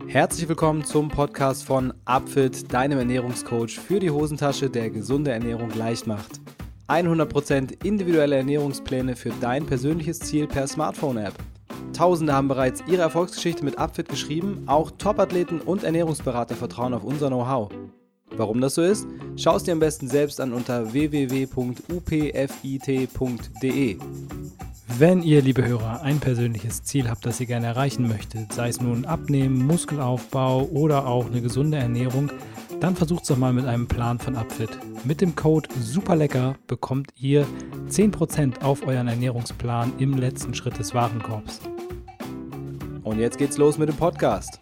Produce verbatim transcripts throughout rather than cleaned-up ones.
Herzlich willkommen zum Podcast von Upfit, deinem Ernährungscoach für die Hosentasche, der gesunde Ernährung leicht macht. hundert Prozent individuelle Ernährungspläne für dein persönliches Ziel per Smartphone-App. Tausende haben bereits ihre Erfolgsgeschichte mit Upfit geschrieben, auch Top-Athleten und Ernährungsberater vertrauen auf unser Know-how. Warum das so ist? Schau es dir am besten selbst an unter w w w punkt u p f i t punkt d e. Wenn ihr, liebe Hörer, ein persönliches Ziel habt, das ihr gerne erreichen möchtet, sei es nun Abnehmen, Muskelaufbau oder auch eine gesunde Ernährung, dann versucht es doch mal mit einem Plan von Upfit. Mit dem Code SUPERLECKER bekommt ihr zehn Prozent auf euren Ernährungsplan im letzten Schritt des Warenkorbs. Und jetzt geht's los mit dem Podcast.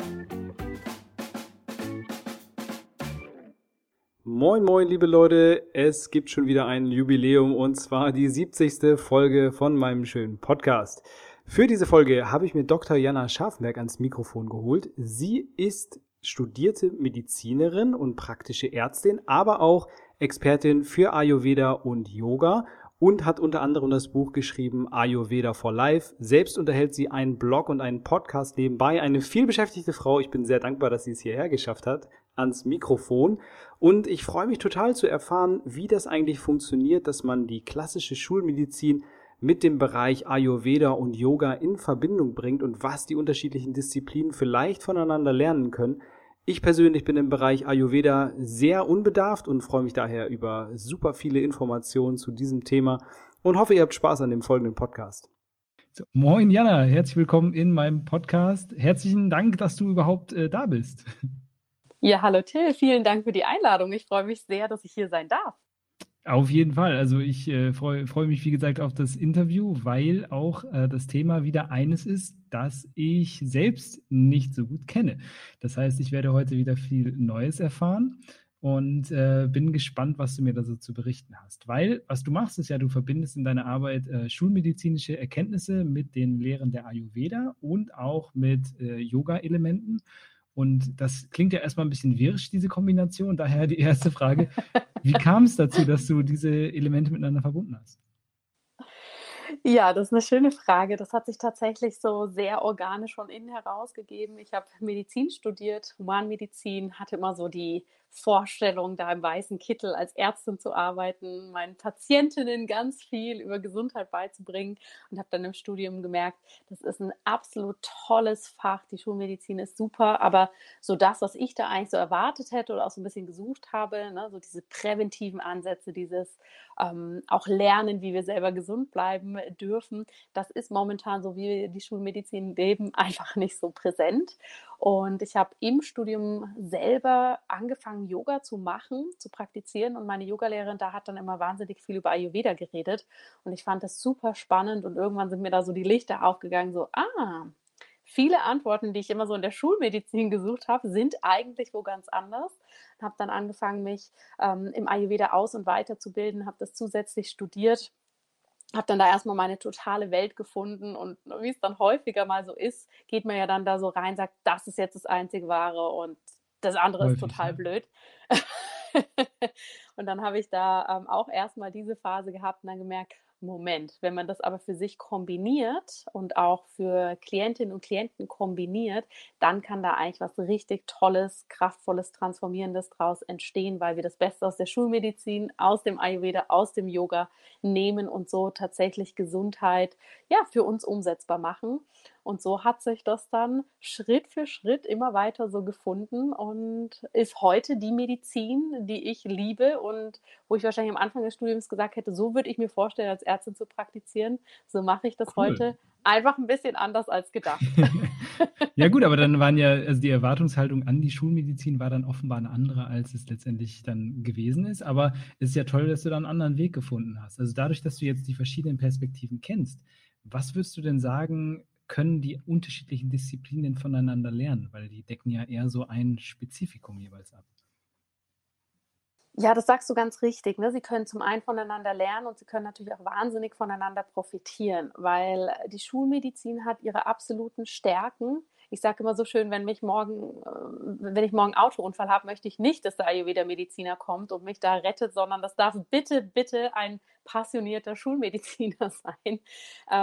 Moin moin liebe Leute, es gibt schon wieder ein Jubiläum und zwar die siebzigste Folge von meinem schönen Podcast. Für diese Folge habe ich mir Doktor Jana Scharfenberg ans Mikrofon geholt. Sie ist studierte Medizinerin und praktische Ärztin, aber auch Expertin für Ayurveda und Yoga und hat unter anderem das Buch geschrieben Ayurveda for Life. Selbst unterhält sie einen Blog und einen Podcast nebenbei. Eine vielbeschäftigte Frau. Ich bin sehr dankbar, dass sie es hierher geschafft hat, ans Mikrofon. Und ich freue mich total zu erfahren, wie das eigentlich funktioniert, dass man die klassische Schulmedizin mit dem Bereich Ayurveda und Yoga in Verbindung bringt und was die unterschiedlichen Disziplinen vielleicht voneinander lernen können. Ich persönlich bin im Bereich Ayurveda sehr unbedarft und freue mich daher über super viele Informationen zu diesem Thema und hoffe, ihr habt Spaß an dem folgenden Podcast. So, moin Jana, herzlich willkommen in meinem Podcast. Herzlichen Dank, dass du überhaupt äh, da bist. Ja, hallo Till, vielen Dank für die Einladung. Ich freue mich sehr, dass ich hier sein darf. Auf jeden Fall. Also ich äh, freue freu mich, wie gesagt, auf das Interview, weil auch äh, das Thema wieder eines ist, das ich selbst nicht so gut kenne. Das heißt, ich werde heute wieder viel Neues erfahren und äh, bin gespannt, was du mir da so zu berichten hast. Weil, was du machst, ist ja, du verbindest in deiner Arbeit äh, schulmedizinische Erkenntnisse mit den Lehren der Ayurveda und auch mit äh, Yoga-Elementen. Und das klingt ja erstmal ein bisschen wirsch, diese Kombination. Daher die erste Frage, wie kam es dazu, dass du diese Elemente miteinander verbunden hast? Ja, das ist eine schöne Frage. Das hat sich tatsächlich so sehr organisch von innen heraus gegeben. Ich habe Medizin studiert, Humanmedizin, hatte immer so die Vorstellung, da im weißen Kittel als Ärztin zu arbeiten, meinen Patientinnen ganz viel über Gesundheit beizubringen und habe dann im Studium gemerkt, das ist ein absolut tolles Fach. Die Schulmedizin ist super, aber so das, was ich da eigentlich so erwartet hätte oder auch so ein bisschen gesucht habe, ne, so diese präventiven Ansätze, dieses ähm, auch lernen, wie wir selber gesund bleiben dürfen, das ist momentan, so wie wir die Schulmedizin leben, einfach nicht so präsent. Und ich habe im Studium selber angefangen, Yoga zu machen, zu praktizieren. Und meine Yogalehrerin da hat dann immer wahnsinnig viel über Ayurveda geredet. Und ich fand das super spannend. Und irgendwann sind mir da so die Lichter aufgegangen, so, ah, viele Antworten, die ich immer so in der Schulmedizin gesucht habe, sind eigentlich wo ganz anders. Ich habe dann angefangen, mich ähm, im Ayurveda aus- und weiterzubilden, habe das zusätzlich studiert. Habe dann da erstmal meine totale Welt gefunden und wie es dann häufiger mal so ist, geht man ja dann da so rein, sagt, das ist jetzt das einzig Wahre und das andere Häufig, ist total ja. blöd. Und dann habe ich da ähm, auch erstmal diese Phase gehabt und dann gemerkt, Moment, wenn man das aber für sich kombiniert und auch für Klientinnen und Klienten kombiniert, dann kann da eigentlich was richtig Tolles, Kraftvolles, Transformierendes draus entstehen, weil wir das Beste aus der Schulmedizin, aus dem Ayurveda, aus dem Yoga nehmen und so tatsächlich Gesundheit ja, für uns umsetzbar machen. Und so hat sich das dann Schritt für Schritt immer weiter so gefunden und ist heute die Medizin, die ich liebe und wo ich wahrscheinlich am Anfang des Studiums gesagt hätte, so würde ich mir vorstellen, als Ärztin zu praktizieren. So mache ich das Cool. heute einfach ein bisschen anders als gedacht. Ja gut, aber dann waren ja, also die Erwartungshaltung an die Schulmedizin war dann offenbar eine andere, als es letztendlich dann gewesen ist. Aber es ist ja toll, dass du da einen anderen Weg gefunden hast. Also dadurch, dass du jetzt die verschiedenen Perspektiven kennst, was würdest du denn sagen, können die unterschiedlichen Disziplinen voneinander lernen? Weil die decken ja eher so ein Spezifikum jeweils ab. Ja, das sagst du ganz richtig. Ne? Sie können zum einen voneinander lernen und sie können natürlich auch wahnsinnig voneinander profitieren, weil die Schulmedizin hat ihre absoluten Stärken. Ich sage immer so schön, wenn mich morgen, wenn ich morgen einen Autounfall habe, möchte ich nicht, dass der Ayurveda-Mediziner kommt und mich da rettet, sondern das darf bitte, bitte ein passionierter Schulmediziner sein. Ähm,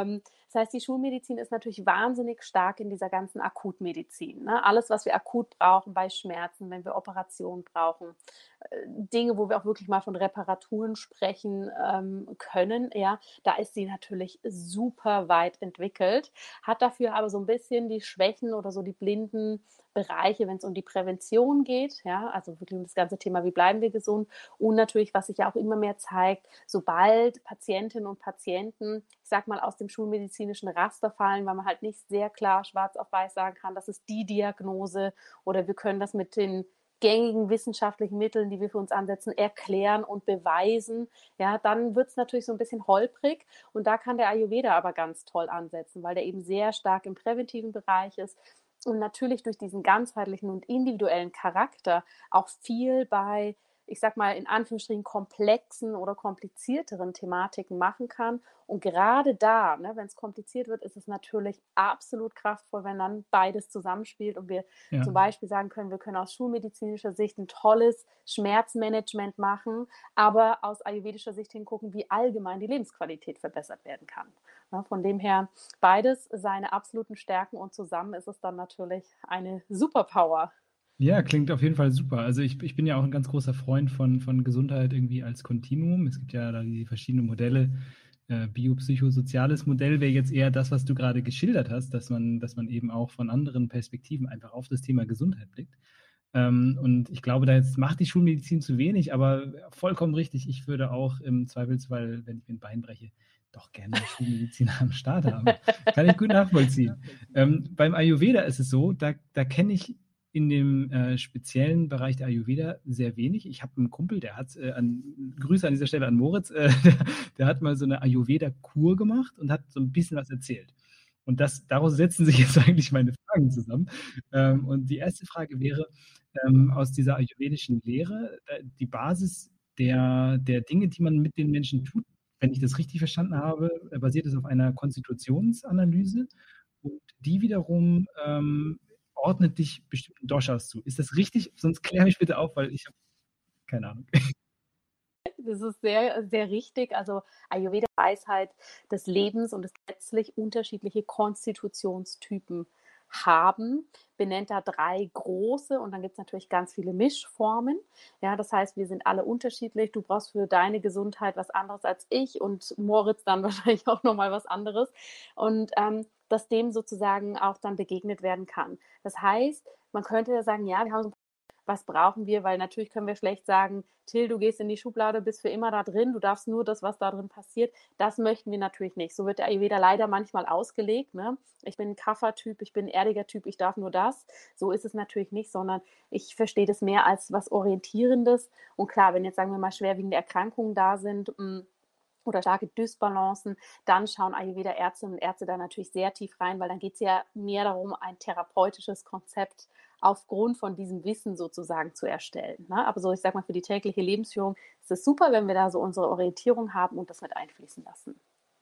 Das heißt, die Schulmedizin ist natürlich wahnsinnig stark in dieser ganzen Akutmedizin. Ne? Alles, was wir akut brauchen bei Schmerzen, wenn wir Operationen brauchen, äh, Dinge, wo wir auch wirklich mal von Reparaturen sprechen ähm, können, ja, da ist sie natürlich super weit entwickelt, hat dafür aber so ein bisschen die Schwächen oder so die blinden Bereiche, wenn es um die Prävention geht, ja, also wirklich um das ganze Thema, wie bleiben wir gesund und natürlich, was sich ja auch immer mehr zeigt, sobald Patientinnen und Patienten, ich sag mal, aus dem schulmedizinischen Raster fallen, weil man halt nicht sehr klar schwarz auf weiß sagen kann, das ist die Diagnose oder wir können das mit den gängigen wissenschaftlichen Mitteln, die wir für uns ansetzen, erklären und beweisen, ja, dann wird es natürlich so ein bisschen holprig und da kann der Ayurveda aber ganz toll ansetzen, weil der eben sehr stark im präventiven Bereich ist und natürlich durch diesen ganzheitlichen und individuellen Charakter auch viel bei, ich sag mal, in Anführungsstrichen komplexen oder komplizierteren Thematiken machen kann. Und gerade da, ne, wenn es kompliziert wird, ist es natürlich absolut kraftvoll, wenn dann beides zusammenspielt und wir Ja. zum Beispiel sagen können, wir können aus schulmedizinischer Sicht ein tolles Schmerzmanagement machen, aber aus ayurvedischer Sicht hingucken, wie allgemein die Lebensqualität verbessert werden kann. Ne, von dem her beides seine absoluten Stärken und zusammen ist es dann natürlich eine Superpower. Ja, klingt auf jeden Fall super. Also ich, ich bin ja auch ein ganz großer Freund von, von Gesundheit irgendwie als Kontinuum. Es gibt ja da die verschiedenen Modelle. Äh, biopsychosoziales Modell wäre jetzt eher das, was du gerade geschildert hast, dass man, dass man eben auch von anderen Perspektiven einfach auf das Thema Gesundheit blickt. Ähm, und ich glaube, da jetzt macht die Schulmedizin zu wenig, aber vollkommen richtig. Ich würde auch im Zweifelsfall, wenn ich mir ein Bein breche, doch gerne eine Schulmedizin am Start haben. Kann ich gut nachvollziehen. Ähm, beim Ayurveda ist es so, da, da kenne ich in dem äh, speziellen Bereich der Ayurveda sehr wenig. Ich habe einen Kumpel, der hat, äh, an, Grüße an dieser Stelle an Moritz, äh, der, der hat mal so eine Ayurveda-Kur gemacht und hat so ein bisschen was erzählt. Und das, daraus setzen sich jetzt eigentlich meine Fragen zusammen. Ähm, und die erste Frage wäre, ähm, aus dieser ayurvedischen Lehre, äh, die Basis der, der Dinge, die man mit den Menschen tut, wenn ich das richtig verstanden habe, äh, basiert es auf einer Konstitutionsanalyse und die wiederum ähm, ordnet dich bestimmten Doshas zu. Ist das richtig? Sonst klär mich bitte auf, weil ich habe keine Ahnung. Das ist sehr, sehr richtig. Also Ayurveda Weisheit des Lebens und es letztlich unterschiedliche Konstitutionstypen haben, benennt da drei große und dann gibt es natürlich ganz viele Mischformen. Ja, das heißt, wir sind alle unterschiedlich. Du brauchst für deine Gesundheit was anderes als ich und Moritz dann wahrscheinlich auch nochmal was anderes. Und ähm, dass dem sozusagen auch dann begegnet werden kann. Das heißt, man könnte ja sagen, ja, wir haben so was brauchen wir, weil natürlich können wir schlecht sagen, Till, du gehst in die Schublade, bist für immer da drin, du darfst nur das, was da drin passiert. Das möchten wir natürlich nicht. So wird der Ayurveda leider manchmal ausgelegt. Ne? Ich bin ein Kapha-Typ, ich bin ein erdiger Typ, ich darf nur das. So ist es natürlich nicht, sondern ich verstehe das mehr als was Orientierendes. Und klar, wenn jetzt, sagen wir mal, schwerwiegende Erkrankungen da sind, mh, oder starke Dysbalancen, dann schauen Ayurveda-Ärztinnen und Ärzte da natürlich sehr tief rein, weil dann geht es ja mehr darum, ein therapeutisches Konzept aufgrund von diesem Wissen sozusagen zu erstellen. Ne? Aber so, ich sag mal, für die tägliche Lebensführung ist es super, wenn wir da so unsere Orientierung haben und das mit einfließen lassen.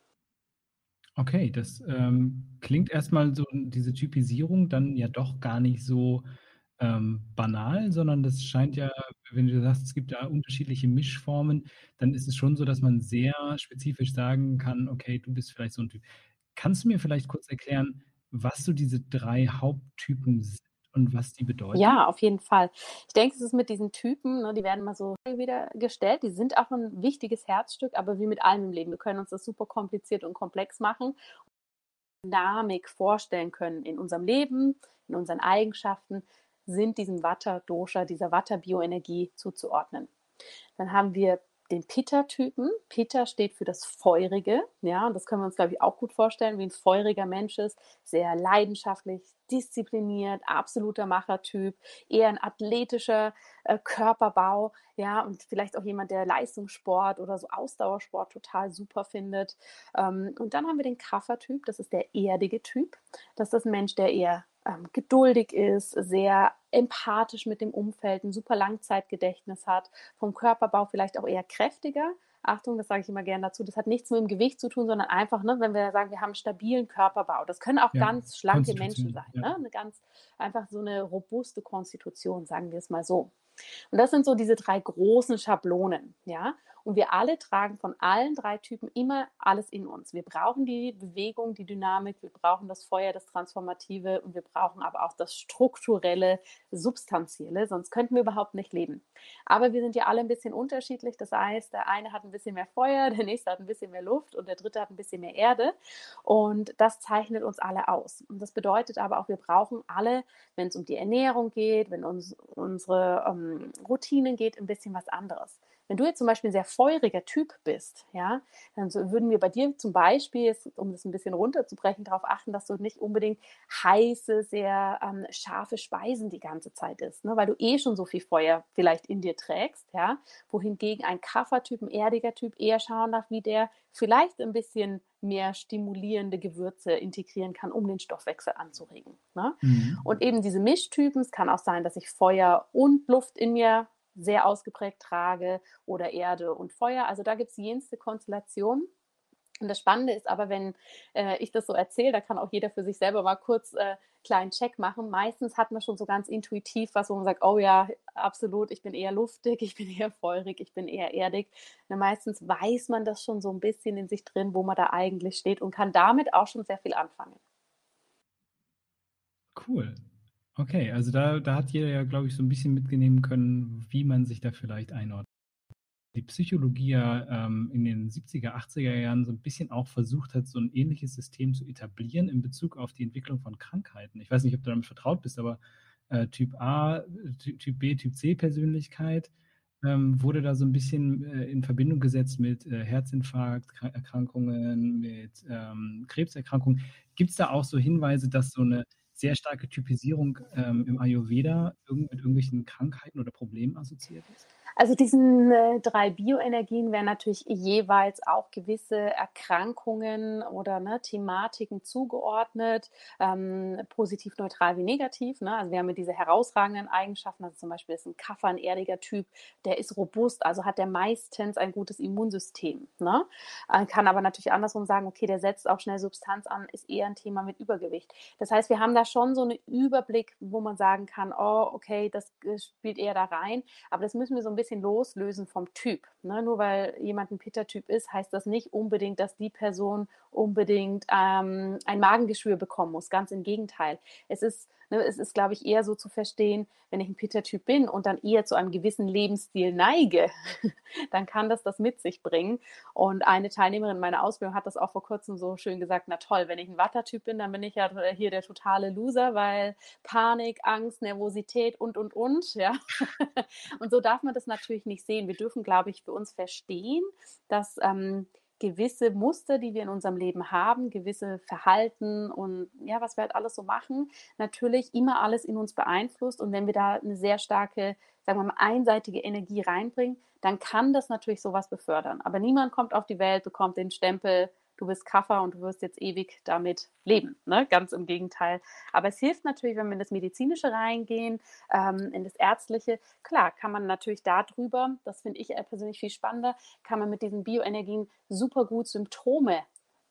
Okay, das ähm, klingt erstmal so, diese Typisierung dann ja doch gar nicht so ähm, banal, sondern das scheint ja, wenn du sagst, es gibt da unterschiedliche Mischformen, dann ist es schon so, dass man sehr spezifisch sagen kann, okay, du bist vielleicht so ein Typ. Kannst du mir vielleicht kurz erklären, was so diese drei Haupttypen sind und was die bedeuten? Ja, auf jeden Fall. Ich denke, es ist mit diesen Typen, ne, die werden immer so wieder gestellt. Die sind auch ein wichtiges Herzstück, aber wie mit allem im Leben. Wir können uns das super kompliziert und komplex machen. Dynamik vorstellen können in unserem Leben, in unseren Eigenschaften, sind diesem Vata-Dosha, dieser Vata-Bioenergie zuzuordnen. Dann haben wir den Pitta-Typen. Pitta steht für das Feurige. Ja, und das können wir uns, glaube ich, auch gut vorstellen, wie ein feuriger Mensch ist. Sehr leidenschaftlich, diszipliniert, absoluter Machertyp, eher ein athletischer äh, Körperbau. Ja, und vielleicht auch jemand, der Leistungssport oder so Ausdauersport total super findet. Ähm, und dann haben wir den Kapha-Typ. Das ist der erdige Typ. Das ist das Mensch, der eher ähm, geduldig ist, sehr empathisch mit dem Umfeld, ein super Langzeitgedächtnis hat, vom Körperbau vielleicht auch eher kräftiger. Achtung, das sage ich immer gerne dazu, das hat nichts mit dem Gewicht zu tun, sondern einfach, ne, wenn wir sagen, wir haben einen stabilen Körperbau. Das können auch Ja, ganz schlanke Konstitution, Menschen sein. ja. Ne? Eine ganz, einfach so eine robuste Konstitution, sagen wir es mal so. Und das sind so diese drei großen Schablonen. Ja? Und wir alle tragen von allen drei Typen immer alles in uns. Wir brauchen die Bewegung, die Dynamik, wir brauchen das Feuer, das Transformative und wir brauchen aber auch das strukturelle, substanzielle, sonst könnten wir überhaupt nicht leben. Aber wir sind ja alle ein bisschen unterschiedlich. Das heißt, der eine hat ein bisschen mehr Feuer, der nächste hat ein bisschen mehr Luft und der dritte hat ein bisschen mehr Erde. Und das zeichnet uns alle aus. Und das bedeutet aber auch, wir brauchen alle, wenn es um die Ernährung geht, wenn uns unsere ähm, Routinen geht, ein bisschen was anderes. Wenn du jetzt zum Beispiel ein sehr feuriger Typ bist, ja, dann so würden wir bei dir zum Beispiel, um das ein bisschen runterzubrechen, darauf achten, dass du nicht unbedingt heiße, sehr ähm, scharfe Speisen die ganze Zeit isst, ne, weil du eh schon so viel Feuer vielleicht in dir trägst, ja, wohingegen ein Kaffertyp, ein erdiger Typ eher schauen darf, wie der vielleicht ein bisschen mehr stimulierende Gewürze integrieren kann, um den Stoffwechsel anzuregen. Ne? Mhm. Und eben diese Mischtypen, es kann auch sein, dass ich Feuer und Luft in mir sehr ausgeprägt trage oder Erde und Feuer. Also da gibt es jenste Konstellationen. Und das Spannende ist aber, wenn äh, ich das so erzähle, da kann auch jeder für sich selber mal kurz äh, kleinen Check machen. Meistens hat man schon so ganz intuitiv was, wo man sagt, oh ja, absolut, ich bin eher luftig, ich bin eher feurig, ich bin eher erdig. Na, meistens weiß man das schon so ein bisschen in sich drin, wo man da eigentlich steht und kann damit auch schon sehr viel anfangen. Cool. Okay, also da, da hat jeder ja, glaube ich, so ein bisschen mitnehmen können, wie man sich da vielleicht einordnet. Die Psychologie ja ähm, in den siebziger, achtziger Jahren so ein bisschen auch versucht hat, so ein ähnliches System zu etablieren in Bezug auf die Entwicklung von Krankheiten. Ich weiß nicht, ob du damit vertraut bist, aber äh, Typ A, Ty- Typ B, Typ C Persönlichkeit ähm, wurde da so ein bisschen äh, in Verbindung gesetzt mit äh, Herzinfarkterkrankungen, mit ähm, Krebserkrankungen. Gibt es da auch so Hinweise, dass so eine sehr starke Typisierung ähm, im Ayurveda irgend, mit irgendwelchen Krankheiten oder Problemen assoziiert ist? Also diesen äh, drei Bioenergien werden natürlich jeweils auch gewisse Erkrankungen oder ne, Thematiken zugeordnet, ähm, positiv, neutral wie negativ. Ne? Also wir haben mit diese herausragenden Eigenschaften, also zum Beispiel ist ein Kaffer ein erdiger Typ, der ist robust, also hat der meistens ein gutes Immunsystem. Ne? Man kann aber natürlich andersrum sagen, okay, der setzt auch schnell Substanz an, ist eher ein Thema mit Übergewicht. Das heißt, wir haben da schon so einen Überblick, wo man sagen kann, oh, okay, das spielt eher da rein, aber das müssen wir so ein bisschen loslösen vom Typ. Ne? Nur weil jemand ein Pitta-Typ ist, heißt das nicht unbedingt, dass die Person unbedingt ähm, ein Magengeschwür bekommen muss. Ganz im Gegenteil. Es ist, ne, es ist, glaube ich, eher so zu verstehen, wenn ich ein Pitta-Typ bin und dann eher zu einem gewissen Lebensstil neige, dann kann das das mit sich bringen. Und eine Teilnehmerin meiner Ausbildung hat das auch vor kurzem so schön gesagt, na toll, wenn ich ein Vata-Typ bin, dann bin ich ja hier der totale Loser, weil Panik, Angst, Nervosität und, und, und, ja. Und so darf man das natürlich nicht sehen. Wir dürfen, glaube ich, für uns verstehen, dass ähm, gewisse Muster, die wir in unserem Leben haben, gewisse Verhalten und ja, was wir halt alles so machen, natürlich immer alles in uns beeinflusst. Und wenn wir da eine sehr starke, sagen wir mal, einseitige Energie reinbringen, dann kann das natürlich sowas befördern. Aber niemand kommt auf die Welt, bekommt den Stempel, du bist Kaffer und du wirst jetzt ewig damit leben. Ne? Ganz im Gegenteil. Aber es hilft natürlich, wenn wir in das Medizinische reingehen, ähm, in das Ärztliche. Klar, kann man natürlich darüber, das finde ich persönlich viel spannender, kann man mit diesen Bioenergien super gut Symptome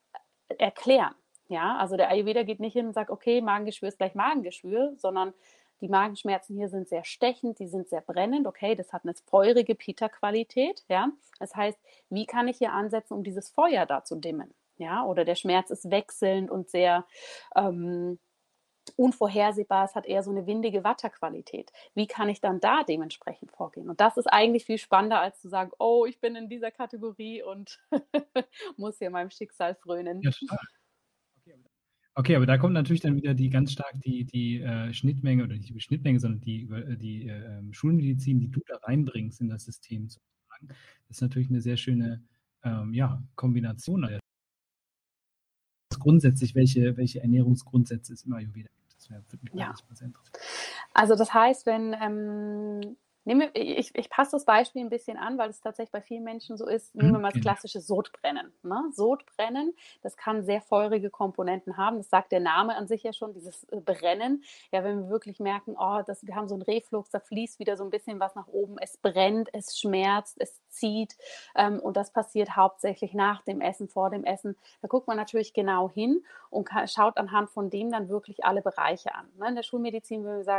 erklären. Ja, also der Ayurveda geht nicht hin und sagt, okay, Magengeschwür ist gleich Magengeschwür, sondern die Magenschmerzen hier sind sehr stechend, die sind sehr brennend, okay, das hat eine feurige Pitta-Qualität, ja. Das heißt, wie kann ich hier ansetzen, um dieses Feuer da zu dimmen, ja? Oder der Schmerz ist wechselnd und sehr ähm, unvorhersehbar, es hat eher so eine windige Vata-Qualität. Wie kann ich dann da dementsprechend vorgehen? Und das ist eigentlich viel spannender, als zu sagen, oh, ich bin in dieser Kategorie und muss hier meinem Schicksal frönen. Ja, total. Okay, aber, okay, aber da kommt natürlich dann wieder die ganz stark die, die äh, Schnittmenge oder nicht die Schnittmenge, sondern die, äh, die äh, Schulmedizin, die du da reinbringst in das System sozusagen. Das ist natürlich eine sehr schöne ähm, ja, Kombination. Also grundsätzlich, welche, welche Ernährungsgrundsätze es im Ayurveda gibt. Das würde mich Ja. mal sehr interessieren. Also das heißt, wenn ähm, nehmen wir, ich, ich passe das Beispiel ein bisschen an, weil es tatsächlich bei vielen Menschen so ist. Nehmen wir mal das Mhm. klassische Sodbrennen. Ne? Sodbrennen, das kann sehr feurige Komponenten haben. Das sagt der Name an sich ja schon, dieses äh, Brennen. Ja, wenn wir wirklich merken, oh, das, wir haben so einen Reflux, da fließt wieder so ein bisschen was nach oben. Es brennt, es schmerzt, es zieht. Ähm, und das passiert hauptsächlich nach dem Essen, vor dem Essen. Da guckt man natürlich genau hin und kann, schaut anhand von dem dann wirklich alle Bereiche an. Ne? In der Schulmedizin würden wir sagen,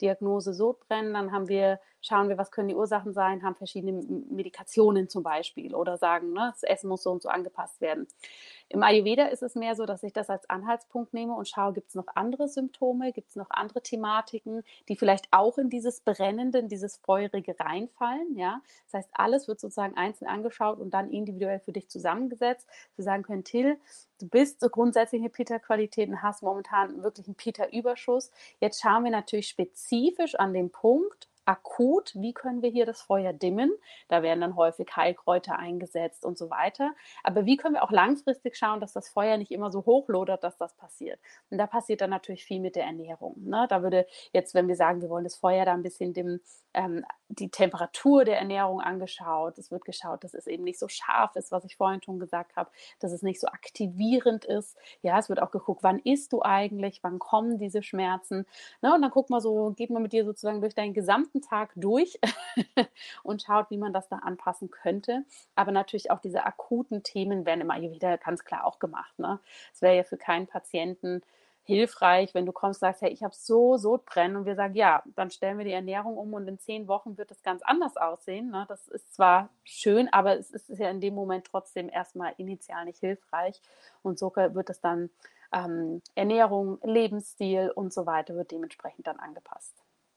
Diagnose Sodbrennen, dann haben wir, schauen wir, was können die Ursachen sein, haben verschiedene Medikationen zum Beispiel oder sagen, ne, das Essen muss so und so angepasst werden. Im Ayurveda ist es mehr so, dass ich das als Anhaltspunkt nehme und schaue, gibt es noch andere Symptome, gibt es noch andere Thematiken, die vielleicht auch in dieses Brennende, in dieses Feurige reinfallen. Ja? Das heißt, alles wird sozusagen einzeln angeschaut und dann individuell für dich zusammengesetzt. Wir sagen können, Till, du bist so grundsätzlich eine Pitta-Qualität und hast momentan wirklich einen Pitta-Überschuss. Jetzt schauen wir natürlich spezifisch an den Punkt, akut, wie können wir hier das Feuer dimmen? Da werden dann häufig Heilkräuter eingesetzt und so weiter. Aber wie können wir auch langfristig schauen, dass das Feuer nicht immer so hochlodert, dass das passiert? Und da passiert dann natürlich viel mit der Ernährung. Ne? Da würde jetzt, wenn wir sagen, wir wollen das Feuer da ein bisschen dimmen, ähm, die Temperatur der Ernährung angeschaut. Es wird geschaut, dass es eben nicht so scharf ist, was ich vorhin schon gesagt habe, dass es nicht so aktivierend ist. Ja, es wird auch geguckt, wann isst du eigentlich, wann kommen diese Schmerzen? Ne? Und dann guck mal so, geht man mit dir sozusagen durch deinen gesamten Tag durch und schaut, wie man das da anpassen könnte. Aber natürlich auch diese akuten Themen werden im Ayurveda ganz klar auch gemacht. Ne? Es wäre ja für keinen Patienten hilfreich, wenn du kommst und sagst, hey, ich habe so Sodbrennen und wir sagen, ja, dann stellen wir die Ernährung um und in zehn Wochen wird es ganz anders aussehen. Ne? Das ist zwar schön, aber es ist ja in dem Moment trotzdem erstmal initial nicht hilfreich und so wird es dann ähm, Ernährung, Lebensstil und so weiter wird dementsprechend dann angepasst.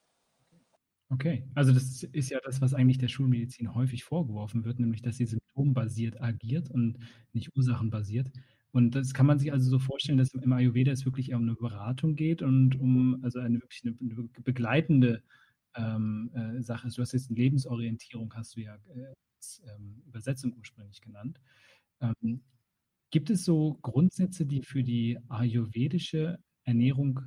Okay, also das ist ja das, was eigentlich der Schulmedizin häufig vorgeworfen wird, nämlich dass sie symptombasiert agiert und nicht ursachenbasiert. Und das kann man sich also so vorstellen, dass im Ayurveda es wirklich eher um eine Beratung geht und um also eine wirklich eine, eine begleitende ähm, äh, Sache. Du hast jetzt eine Lebensorientierung, hast du ja äh, als ähm, Übersetzung ursprünglich genannt. Ähm, gibt es so Grundsätze, die für die ayurvedische Ernährung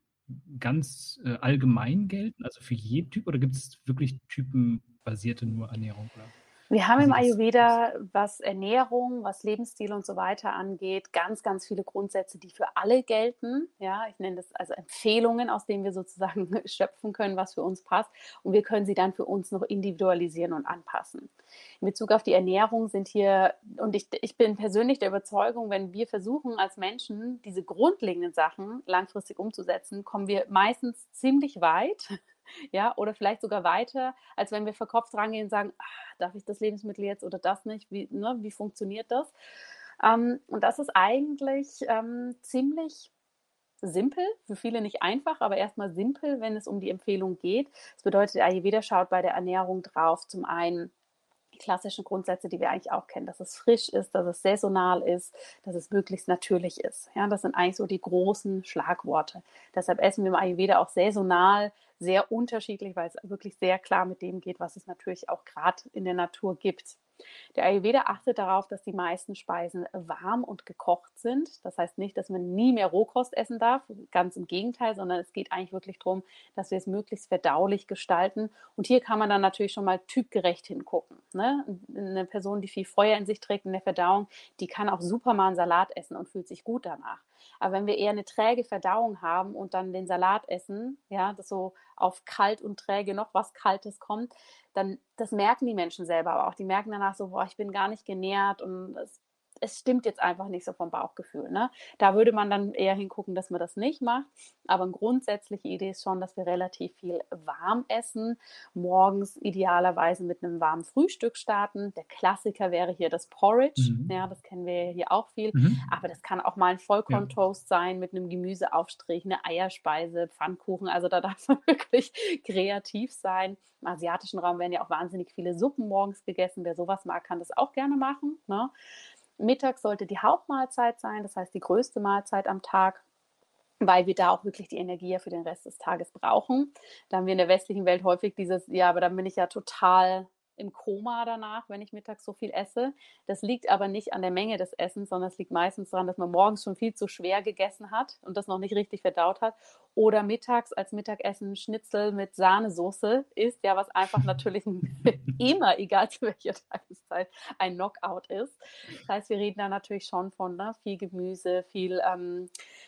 ganz äh, allgemein gelten, also für jeden Typ, oder gibt es wirklich typenbasierte nur Ernährung? Oder Wir haben wie im sieht das Ayurveda, aus? was Ernährung, was Lebensstil und so weiter angeht, ganz, ganz viele Grundsätze, die für alle gelten. Ja, ich nenne das also Empfehlungen, aus denen wir sozusagen schöpfen können, was für uns passt. Und wir können sie dann für uns noch individualisieren und anpassen. In Bezug auf die Ernährung sind hier, und ich, ich bin persönlich der Überzeugung, wenn wir versuchen als Menschen diese grundlegenden Sachen langfristig umzusetzen, kommen wir meistens ziemlich weit. Ja, oder vielleicht sogar weiter, als wenn wir verkopft rangehen und sagen, ah, darf ich das Lebensmittel jetzt oder das nicht? Wie, ne, wie funktioniert das? Ähm, und das ist eigentlich ähm, ziemlich simpel, für viele nicht einfach, aber erstmal simpel, wenn es um die Empfehlung geht. Das bedeutet, Ayurveda schaut bei der Ernährung drauf, zum einen die klassischen Grundsätze, die wir eigentlich auch kennen, dass es frisch ist, dass es saisonal ist, dass es möglichst natürlich ist. Ja, das sind eigentlich so die großen Schlagworte. Deshalb essen wir im Ayurveda auch saisonal sehr unterschiedlich, weil es wirklich sehr klar mit dem geht, was es natürlich auch gerade in der Natur gibt. Der Ayurveda achtet darauf, dass die meisten Speisen warm und gekocht sind. Das heißt nicht, dass man nie mehr Rohkost essen darf, ganz im Gegenteil, sondern es geht eigentlich wirklich darum, dass wir es möglichst verdaulich gestalten. Und hier kann man dann natürlich schon mal typgerecht hingucken. Ne? Eine Person, die viel Feuer in sich trägt in der Verdauung, die kann auch super mal einen Salat essen und fühlt sich gut danach. Aber wenn wir eher eine träge Verdauung haben und dann den Salat essen, ja, das so auf kalt und träge noch was Kaltes kommt, dann das merken die Menschen selber aber auch. Die merken danach so, boah, ich bin gar nicht genährt und es, es stimmt jetzt einfach nicht so vom Bauchgefühl. Ne? Da würde man dann eher hingucken, dass man das nicht macht. Aber eine grundsätzliche Idee ist schon, dass wir relativ viel warm essen. Morgens idealerweise mit einem warmen Frühstück starten. Der Klassiker wäre hier das Porridge. Mhm. Ja, das kennen wir hier auch viel. Mhm. Aber das kann auch mal ein Vollkorntoast sein mit einem Gemüseaufstrich, eine Eierspeise, Pfannkuchen. Also da darf man wirklich kreativ sein. Im asiatischen Raum werden ja auch wahnsinnig viele Suppen morgens gegessen. Wer sowas mag, kann das auch gerne machen. Ne? Mittags sollte die Hauptmahlzeit sein, das heißt die größte Mahlzeit am Tag, weil wir da auch wirklich die Energie für den Rest des Tages brauchen. Da haben wir in der westlichen Welt häufig dieses, ja, aber dann bin ich ja total im Koma danach, wenn ich mittags so viel esse. Das liegt aber nicht an der Menge des Essens, sondern es liegt meistens daran, dass man morgens schon viel zu schwer gegessen hat und das noch nicht richtig verdaut hat. Oder mittags als Mittagessen Schnitzel mit Sahnesoße isst, ja, was einfach natürlich immer, egal zu welcher Tageszeit, ein Knockout ist. Das heißt, wir reden da natürlich schon von ne, viel Gemüse, viel ähm,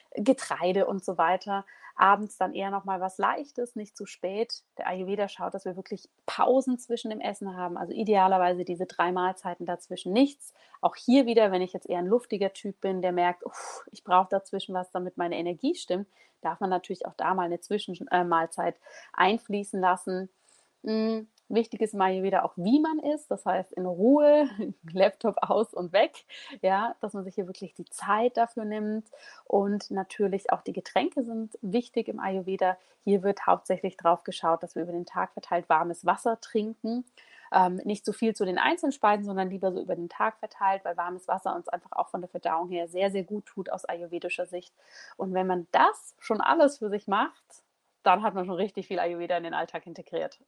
Getreide und so weiter. Abends dann eher noch mal was Leichtes, nicht zu spät. Der Ayurveda schaut, dass wir wirklich Pausen zwischen dem Essen haben, also idealerweise diese drei Mahlzeiten dazwischen nichts. Auch hier wieder, wenn ich jetzt eher ein luftiger Typ bin, der merkt, uff, ich brauche dazwischen was, damit meine Energie stimmt, darf man natürlich auch da mal eine Zwischenmahlzeit einfließen lassen. Hm, wichtig ist mal hier wieder auch, wie man isst, das heißt in Ruhe, Laptop aus und weg, ja, dass man sich hier wirklich die Zeit dafür nimmt und natürlich auch die Getränke sind wichtig im Ayurveda. Hier wird hauptsächlich drauf geschaut, dass wir über den Tag verteilt warmes Wasser trinken. Ähm, nicht so viel zu den einzelnen Speisen, sondern lieber so über den Tag verteilt, weil warmes Wasser uns einfach auch von der Verdauung her sehr, sehr gut tut aus ayurvedischer Sicht. Und wenn man das schon alles für sich macht, dann hat man schon richtig viel Ayurveda in den Alltag integriert.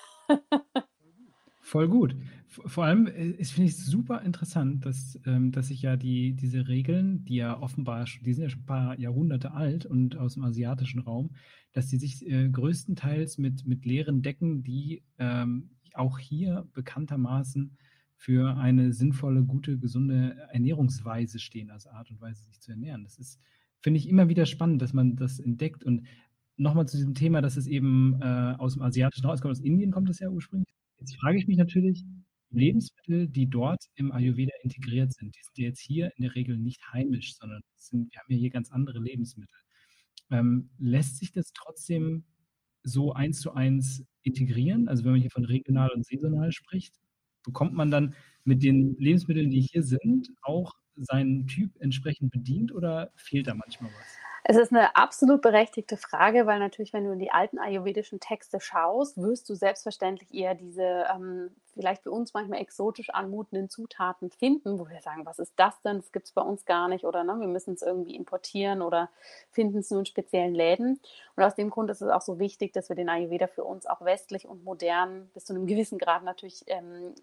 Voll gut. V- Vor allem äh, ist, finde ich super interessant, dass, ähm, dass sich ja die, diese Regeln, die ja offenbar, schon- die sind ja schon ein paar Jahrhunderte alt und aus dem asiatischen Raum, dass die sich äh, größtenteils mit, mit Lehren decken, die ähm, auch hier bekanntermaßen für eine sinnvolle, gute, gesunde Ernährungsweise stehen, als Art und Weise, sich zu ernähren. Das ist, finde ich, immer wieder spannend, dass man das entdeckt. Und nochmal zu diesem Thema, dass es eben äh, aus dem asiatischen Raum, es kommt aus Indien, kommt es ja ursprünglich. Jetzt frage ich mich natürlich, Lebensmittel, die dort im Ayurveda integriert sind, die sind ja jetzt hier in der Regel nicht heimisch, sondern es sind, wir haben ja hier ganz andere Lebensmittel. Ähm, lässt sich das trotzdem so eins zu eins integrieren? Also wenn man hier von regional und saisonal spricht, bekommt man dann mit den Lebensmitteln, die hier sind, auch seinen Typ entsprechend bedient oder fehlt da manchmal was? Es ist eine absolut berechtigte Frage, weil natürlich, wenn du in die alten ayurvedischen Texte schaust, wirst du selbstverständlich eher diese ähm, vielleicht für uns manchmal exotisch anmutenden Zutaten finden, wo wir sagen, was ist das denn? Das gibt es bei uns gar nicht oder ne, wir müssen es irgendwie importieren oder finden es nur in speziellen Läden. Und aus dem Grund ist es auch so wichtig, dass wir den Ayurveda für uns auch westlich und modern bis zu einem gewissen Grad natürlich ähm,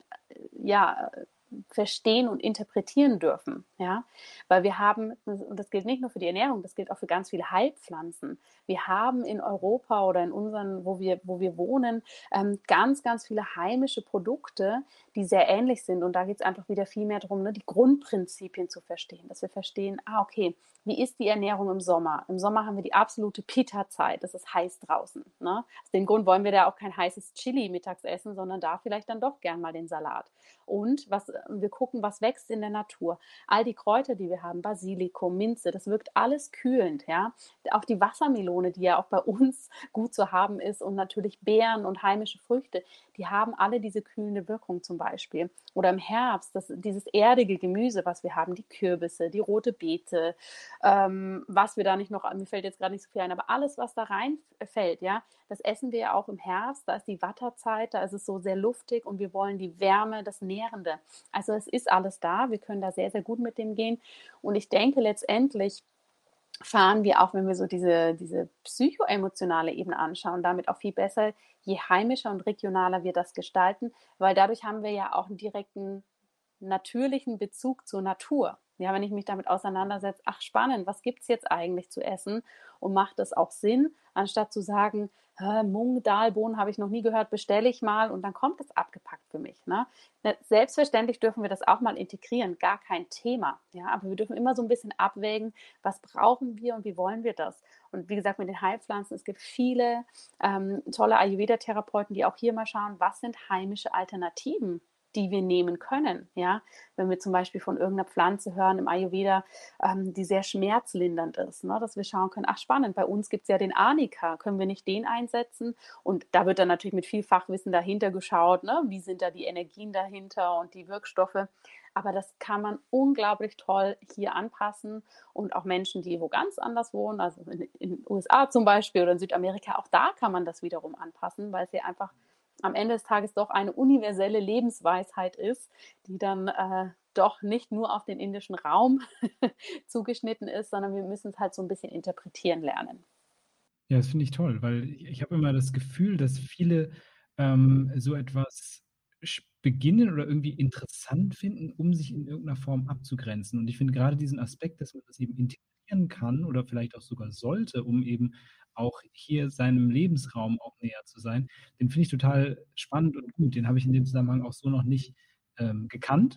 ja, verstehen und interpretieren dürfen, ja, weil wir haben, und das gilt nicht nur für die Ernährung, das gilt auch für ganz viele Heilpflanzen. Wir haben in Europa oder in unseren, wo wir, wo wir wohnen, ähm, ganz, ganz viele heimische Produkte, die sehr ähnlich sind. Und da geht es einfach wieder viel mehr darum, ne, die Grundprinzipien zu verstehen, dass wir verstehen, ah, okay, wie ist die Ernährung im Sommer? Im Sommer haben wir die absolute Pitta-Zeit, es ist heiß draußen. Ne? Aus dem Grund wollen wir da auch kein heißes Chili mittags essen, sondern da vielleicht dann doch gern mal den Salat. Und was, wir gucken, was wächst in der Natur. All die Kräuter, die wir haben, Basilikum, Minze, das wirkt alles kühlend. Ja? Auch die Wassermelone, die ja auch bei uns gut zu haben ist und natürlich Beeren und heimische Früchte, die haben alle diese kühlende Wirkung zum Beispiel. Oder im Herbst, das, dieses erdige Gemüse, was wir haben, die Kürbisse, die rote Beete, ähm, was wir da nicht noch, mir fällt jetzt gerade nicht so viel ein, aber alles, was da reinfällt, ja, das essen wir ja auch im Herbst, da ist die Watterzeit, da ist es so sehr luftig und wir wollen die Wärme, das Nährende. Also es ist alles da, wir können da sehr, sehr gut mit dem gehen und ich denke letztendlich fahren wir auch, wenn wir so diese, diese psychoemotionale Ebene anschauen, damit auch viel besser, je heimischer und regionaler wir das gestalten, weil dadurch haben wir ja auch einen direkten natürlichen Bezug zur Natur. Ja, wenn ich mich damit auseinandersetze, ach spannend, was gibt es jetzt eigentlich zu essen und macht das auch Sinn, anstatt zu sagen, Mung, Dahlbohnen habe ich noch nie gehört, bestelle ich mal und dann kommt es abgepackt für mich. Ne? Selbstverständlich dürfen wir das auch mal integrieren, gar kein Thema. Ja? Aber wir dürfen immer so ein bisschen abwägen, was brauchen wir und wie wollen wir das. Und wie gesagt, mit den Heilpflanzen, es gibt viele ähm, tolle Ayurveda-Therapeuten, die auch hier mal schauen, was sind heimische Alternativen, die wir nehmen können. Ja? Wenn wir zum Beispiel von irgendeiner Pflanze hören im Ayurveda, ähm, die sehr schmerzlindernd ist, ne? Dass wir schauen können, ach spannend, bei uns gibt es ja den Arnika, können wir nicht den einsetzen? Und da wird dann natürlich mit viel Fachwissen dahinter geschaut, ne? Wie sind da die Energien dahinter und die Wirkstoffe. Aber das kann man unglaublich toll hier anpassen und auch Menschen, die wo ganz anders wohnen, also in den U S A zum Beispiel oder in Südamerika, auch da kann man das wiederum anpassen, weil sie einfach am Ende des Tages doch eine universelle Lebensweisheit ist, die dann äh, doch nicht nur auf den indischen Raum zugeschnitten ist, sondern wir müssen es halt so ein bisschen interpretieren lernen. Ja, das finde ich toll, weil ich, ich habe immer das Gefühl, dass viele ähm, so etwas sch- beginnen oder irgendwie interessant finden, um sich in irgendeiner Form abzugrenzen. Und ich finde gerade diesen Aspekt, dass man das eben integrieren kann oder vielleicht auch sogar sollte, um eben auch hier seinem Lebensraum auch näher zu sein, den finde ich total spannend und gut. Den habe ich in dem Zusammenhang auch so noch nicht ähm, gekannt.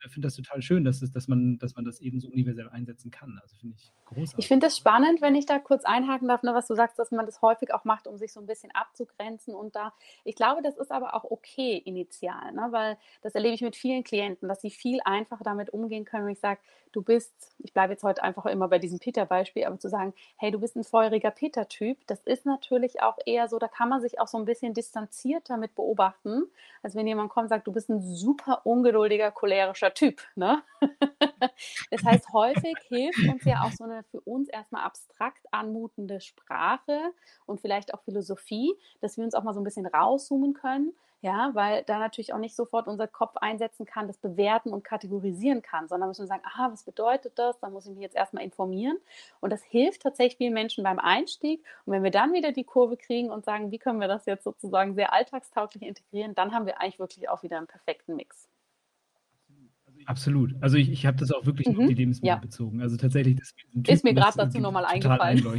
finde das total schön, dass, es, dass, man, dass man das eben so universell einsetzen kann. Also finde ich großartig. Ich finde es spannend, wenn ich da kurz einhaken darf, ne, was du sagst, dass man das häufig auch macht, um sich so ein bisschen abzugrenzen. Und da, ich glaube, das ist aber auch okay initial, ne, weil das erlebe ich mit vielen Klienten, dass sie viel einfacher damit umgehen können, wenn ich sage, du bist, ich bleibe jetzt heute einfach immer bei diesem Peter-Beispiel, aber zu sagen, hey, du bist ein feuriger Peter-Typ, das ist natürlich auch eher so, da kann man sich auch so ein bisschen distanzierter mit beobachten, als wenn jemand kommt und sagt, du bist ein super ungeduldiger, cholerischer Typ. Ne? Das heißt, häufig hilft uns ja auch so eine für uns erstmal abstrakt anmutende Sprache und vielleicht auch Philosophie, dass wir uns auch mal so ein bisschen rauszoomen können, ja, weil da natürlich auch nicht sofort unser Kopf einsetzen kann, das bewerten und kategorisieren kann, sondern müssen wir sagen, aha, was bedeutet das? Da muss ich mich jetzt erstmal informieren. Und das hilft tatsächlich vielen Menschen beim Einstieg. Und wenn wir dann wieder die Kurve kriegen und sagen, wie können wir das jetzt sozusagen sehr alltagstauglich integrieren, dann haben wir eigentlich wirklich auch wieder einen perfekten Mix. Absolut. Also ich, ich habe das auch wirklich mhm. nur auf die Lebensmittel ja. bezogen. Also tatsächlich, das ist mir gerade dazu nochmal eingefallen.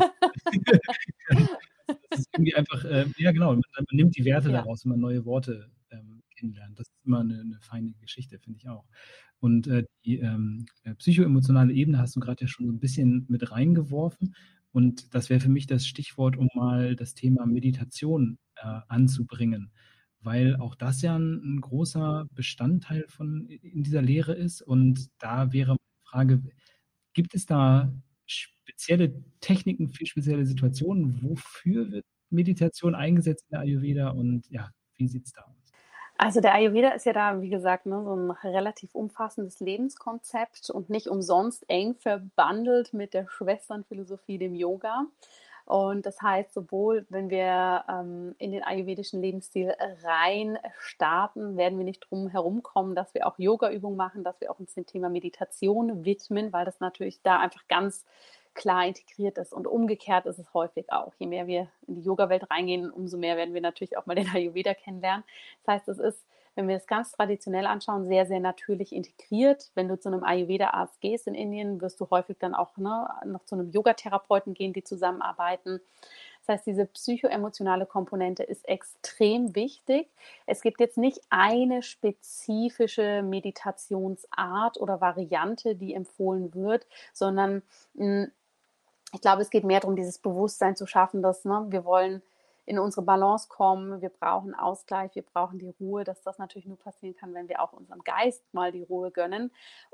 Das ist irgendwie einfach, äh, ja genau, man, man nimmt die Werte ja. daraus, wenn man neue Worte ähm, kennenlernt. Das ist immer eine, eine feine Geschichte, finde ich auch. Und äh, die ähm, psychoemotionale Ebene hast du gerade ja schon so ein bisschen mit reingeworfen. Und das wäre für mich das Stichwort, um mal das Thema Meditation äh, anzubringen. Weil auch das ja ein, ein großer Bestandteil von in dieser Lehre ist. Und da wäre die Frage, gibt es da spezielle Techniken für spezielle Situationen? Wofür wird Meditation eingesetzt in der Ayurveda? Und ja, wie sieht es da aus? Also der Ayurveda ist ja da, wie gesagt, ne, so ein relativ umfassendes Lebenskonzept und nicht umsonst eng verbandelt mit der Schwesternphilosophie, dem Yoga. Und das heißt, sowohl wenn wir ähm, in den ayurvedischen Lebensstil rein starten, werden wir nicht drum herum kommen, dass wir auch Yoga-Übungen machen, dass wir auch uns dem Thema Meditation widmen, weil das natürlich da einfach ganz klar integriert ist. Und umgekehrt ist es häufig auch. Je mehr wir in die Yoga-Welt reingehen, umso mehr werden wir natürlich auch mal den Ayurveda kennenlernen. Das heißt, es ist, wenn wir es ganz traditionell anschauen, sehr, sehr natürlich integriert. Wenn du zu einem Ayurveda-Arzt gehst in Indien, wirst du häufig dann auch ne, noch zu einem Yogatherapeuten gehen, die zusammenarbeiten. Das heißt, diese psychoemotionale Komponente ist extrem wichtig. Es gibt jetzt nicht eine spezifische Meditationsart oder Variante, die empfohlen wird, sondern mh, ich glaube, es geht mehr darum, dieses Bewusstsein zu schaffen, dass ne, wir wollen in unsere Balance kommen, wir brauchen Ausgleich, wir brauchen die Ruhe, dass das natürlich nur passieren kann, wenn wir auch unserem Geist mal die Ruhe gönnen.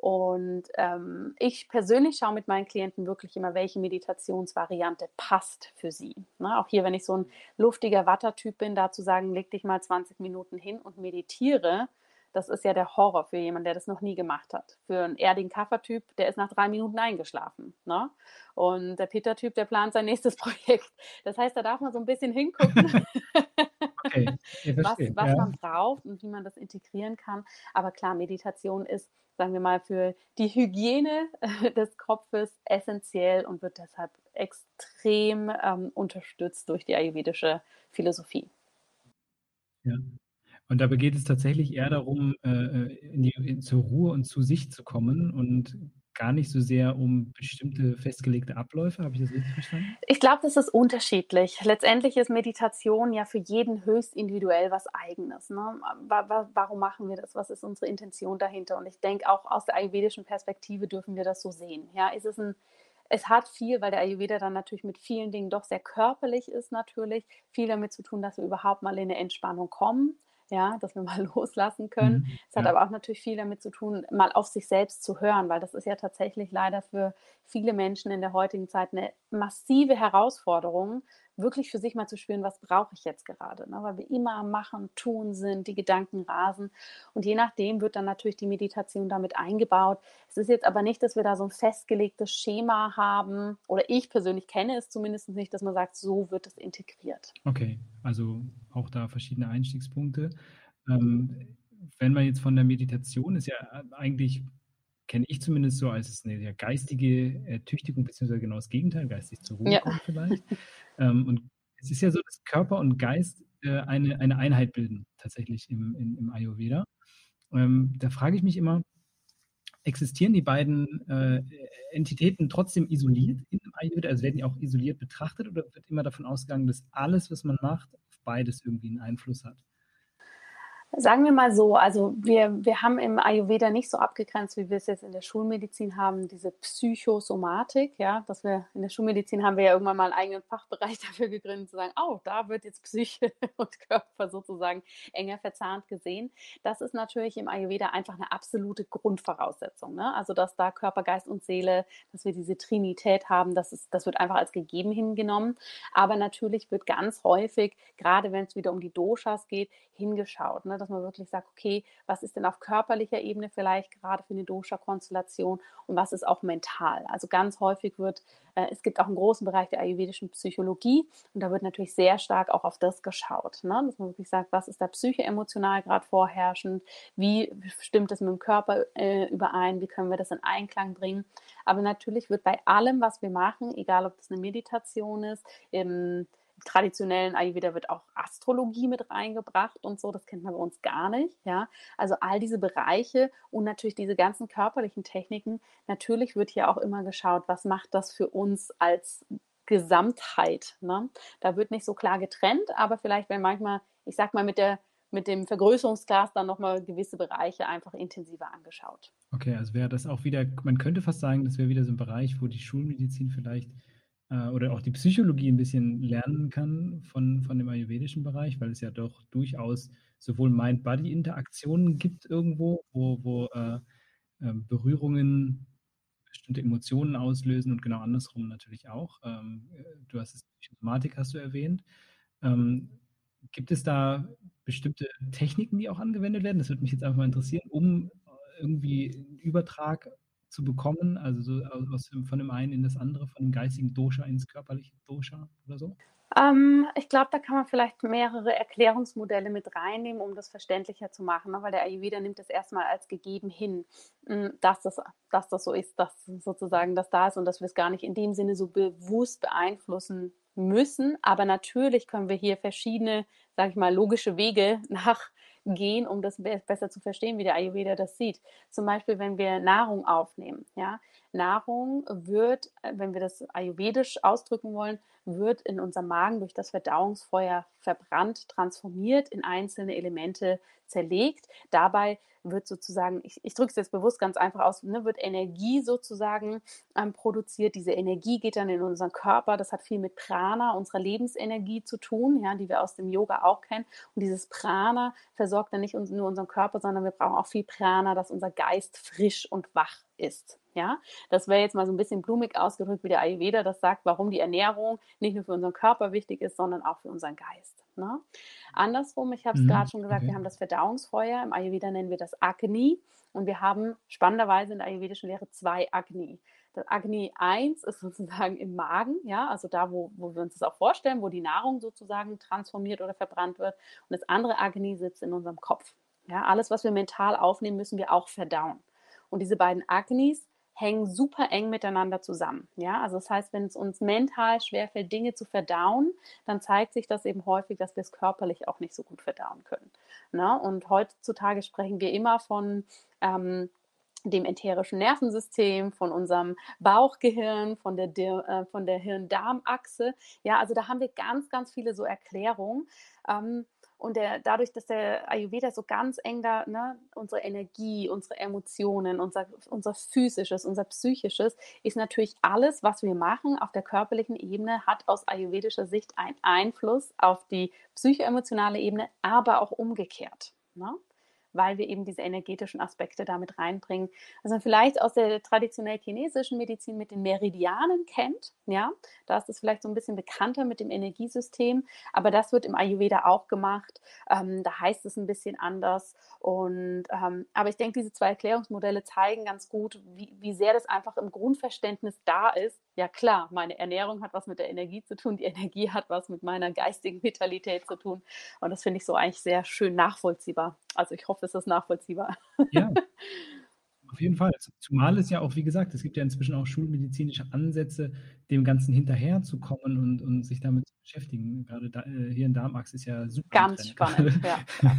Und ähm, ich persönlich schaue mit meinen Klienten wirklich immer, welche Meditationsvariante passt für sie. Ne? Auch hier, wenn ich so ein luftiger Watter-Typ bin, da zu sagen, leg dich mal zwanzig Minuten hin und meditiere, das ist ja der Horror für jemanden, der das noch nie gemacht hat. Für einen erdigen Kaffertyp, der ist nach drei Minuten eingeschlafen. Ne? Und der Peter-Typ, der plant sein nächstes Projekt. Das heißt, da darf man so ein bisschen hingucken, okay, was, was ja. man braucht und wie man das integrieren kann. Aber klar, Meditation ist, sagen wir mal, für die Hygiene des Kopfes essentiell und wird deshalb extrem ähm, unterstützt durch die ayurvedische Philosophie. Ja. Und dabei geht es tatsächlich eher darum, äh, in die, in, zur Ruhe und zu sich zu kommen und gar nicht so sehr um bestimmte festgelegte Abläufe. Habe ich das richtig verstanden? Ich glaube, das ist unterschiedlich. Letztendlich ist Meditation ja für jeden höchst individuell was Eigenes. Ne? Warum machen wir das? Was ist unsere Intention dahinter? Und ich denke, auch aus der ayurvedischen Perspektive dürfen wir das so sehen. Ja, ist es ein Es hat viel, weil der Ayurveda dann natürlich mit vielen Dingen doch sehr körperlich ist natürlich, viel damit zu tun, dass wir überhaupt mal in eine Entspannung kommen. Ja, dass wir mal loslassen können. Mhm, es hat ja. aber auch natürlich viel damit zu tun, mal auf sich selbst zu hören, weil das ist ja tatsächlich leider für viele Menschen in der heutigen Zeit eine massive Herausforderung, wirklich für sich mal zu spüren, was brauche ich jetzt gerade, ne? Weil wir immer am Machen, Tun sind, die Gedanken rasen und je nachdem wird dann natürlich die Meditation damit eingebaut. Es ist jetzt aber nicht, dass wir da so ein festgelegtes Schema haben oder ich persönlich kenne es zumindest nicht, dass man sagt, so wird es integriert. Okay, also auch da verschiedene Einstiegspunkte. Ähm, wenn man jetzt von der Meditation ist ja eigentlich, kenne ich zumindest so, als es eine ja, geistige Ertüchtigung, beziehungsweise genau das Gegenteil, geistig zur Ruhe ja. kommt vielleicht. ähm, und es ist ja so, dass Körper und Geist äh, eine, eine Einheit bilden, tatsächlich im, im, im Ayurveda. Ähm, da frage ich mich immer, existieren die beiden äh, Entitäten trotzdem isoliert in dem Ayurveda? Also werden die auch isoliert betrachtet oder wird immer davon ausgegangen, dass alles, was man macht, auf beides irgendwie einen Einfluss hat? Sagen wir mal so, also wir, wir haben im Ayurveda nicht so abgegrenzt, wie wir es jetzt in der Schulmedizin haben, diese Psychosomatik, ja, dass wir in der Schulmedizin haben wir ja irgendwann mal einen eigenen Fachbereich dafür gegründet, zu sagen, oh, da wird jetzt Psyche und Körper sozusagen enger verzahnt gesehen. Das ist natürlich im Ayurveda einfach eine absolute Grundvoraussetzung, ne? Also dass da Körper, Geist und Seele, dass wir diese Trinität haben, das ist, das wird einfach als gegeben hingenommen. Aber natürlich wird ganz häufig, gerade wenn es wieder um die Doshas geht, hingeschaut, ne? Dass man wirklich sagt, okay, was ist denn auf körperlicher Ebene vielleicht gerade für eine Dosha-Konstellation und was ist auch mental. Also ganz häufig wird, äh, es gibt auch einen großen Bereich der ayurvedischen Psychologie und da wird natürlich sehr stark auch auf das geschaut, ne? Dass man wirklich sagt, was ist da psychoemotional gerade vorherrschend, wie stimmt es mit dem Körper äh, überein, wie können wir das in Einklang bringen. Aber natürlich wird bei allem, was wir machen, egal ob das eine Meditation ist, im traditionellen Ayurveda wird auch Astrologie mit reingebracht und so, das kennt man bei uns gar nicht, ja. Also all diese Bereiche und natürlich diese ganzen körperlichen Techniken, natürlich wird hier auch immer geschaut, was macht das für uns als Gesamtheit, ne? Da wird nicht so klar getrennt, aber vielleicht, wenn manchmal, ich sag mal, mit der mit dem Vergrößerungsglas dann nochmal gewisse Bereiche einfach intensiver angeschaut. Okay, also wäre das auch wieder, man könnte fast sagen, das wäre wieder so ein Bereich, wo die Schulmedizin vielleicht äh, oder auch die Psychologie ein bisschen lernen kann von, von dem ayurvedischen Bereich, weil es ja doch durchaus sowohl Mind-Body-Interaktionen gibt irgendwo, wo, wo äh, äh, Berührungen bestimmte Emotionen auslösen und genau andersrum natürlich auch. Ähm, äh, du hast es, Psychosomatik hast du erwähnt. Ähm, Gibt es da bestimmte Techniken, die auch angewendet werden? Das würde mich jetzt einfach mal interessieren, um irgendwie einen Übertrag zu bekommen, also so aus dem, von dem einen in das andere, von dem geistigen Dosha ins körperliche Dosha oder so? Ähm, ich glaube, da kann man vielleicht mehrere Erklärungsmodelle mit reinnehmen, um das verständlicher zu machen, ne? Weil der Ayurveda nimmt das erstmal als gegeben hin, mm, dass das, dass das so ist, dass sozusagen das da ist und dass wir es gar nicht in dem Sinne so bewusst beeinflussen müssen. Aber natürlich können wir hier verschiedene, sage ich mal, logische Wege nachgehen, um das be- besser zu verstehen, wie der Ayurveda das sieht. Zum Beispiel, wenn wir Nahrung aufnehmen, ja. Nahrung wird, äh, wenn wir das ayurvedisch ausdrücken wollen, wird in unserem Magen durch das Verdauungsfeuer verbrannt, transformiert, in einzelne Elemente zerlegt. Dabei wird sozusagen, ich, ich drücke es jetzt bewusst ganz einfach aus, ne, wird Energie sozusagen ähm, produziert. Diese Energie geht dann in unseren Körper. Das hat viel mit Prana, unserer Lebensenergie zu tun, ja, die wir aus dem Yoga auch kennen. Und dieses Prana versorgt dann nicht nur unseren Körper, sondern wir brauchen auch viel Prana, dass unser Geist frisch und wach ist. Ja, das wäre jetzt mal so ein bisschen blumig ausgedrückt, wie der Ayurveda das sagt, warum die Ernährung nicht nur für unseren Körper wichtig ist, sondern auch für unseren Geist. Ne? Andersrum, ich habe es gerade Mhm, schon gesagt, wir okay. haben das Verdauungsfeuer, im Ayurveda nennen wir das Agni und wir haben spannenderweise in der ayurvedischen Lehre zwei Agni. Das Agni eins ist sozusagen im Magen, ja, also da, wo, wo wir uns das auch vorstellen, wo die Nahrung sozusagen transformiert oder verbrannt wird. Und das andere Agni sitzt in unserem Kopf. Ja, alles, was wir mental aufnehmen, müssen wir auch verdauen. Und diese beiden Agnis hängen super eng miteinander zusammen. Ja, also das heißt, wenn es uns mental schwerfällt, Dinge zu verdauen, dann zeigt sich das eben häufig, dass wir es körperlich auch nicht so gut verdauen können. Na? Und heutzutage sprechen wir immer von ähm, dem ätherischen Nervensystem, von unserem Bauchgehirn, von der, äh, von der Hirn-Darm-Achse. Ja, also da haben wir ganz, ganz viele so Erklärungen. Ähm, und der, dadurch, dass der Ayurveda so ganz eng da, ne, unsere Energie, unsere Emotionen, unser, unser physisches, unser psychisches, ist natürlich alles, was wir machen auf der körperlichen Ebene, hat aus ayurvedischer Sicht einen Einfluss auf die psychoemotionale Ebene, aber auch umgekehrt. Ne? Weil wir eben diese energetischen Aspekte damit reinbringen. Also man vielleicht aus der traditionell chinesischen Medizin mit den Meridianen kennt, ja, da ist es vielleicht so ein bisschen bekannter mit dem Energiesystem, aber das wird im Ayurveda auch gemacht. Ähm, da heißt es ein bisschen anders. Und, ähm, aber ich denke, diese zwei Erklärungsmodelle zeigen ganz gut, wie, wie sehr das einfach im Grundverständnis da ist. Ja klar, meine Ernährung hat was mit der Energie zu tun, die Energie hat was mit meiner geistigen Vitalität zu tun. Und das finde ich so eigentlich sehr schön nachvollziehbar. Also ich hoffe, es ist nachvollziehbar. Ja, auf jeden Fall. Zumal es ja auch, wie gesagt, es gibt ja inzwischen auch schulmedizinische Ansätze, dem Ganzen hinterherzukommen und, und sich damit zu beschäftigen. Gerade da, äh, hier in Darmachs ist ja super im Ganz Trend spannend, gerade. ja. ja.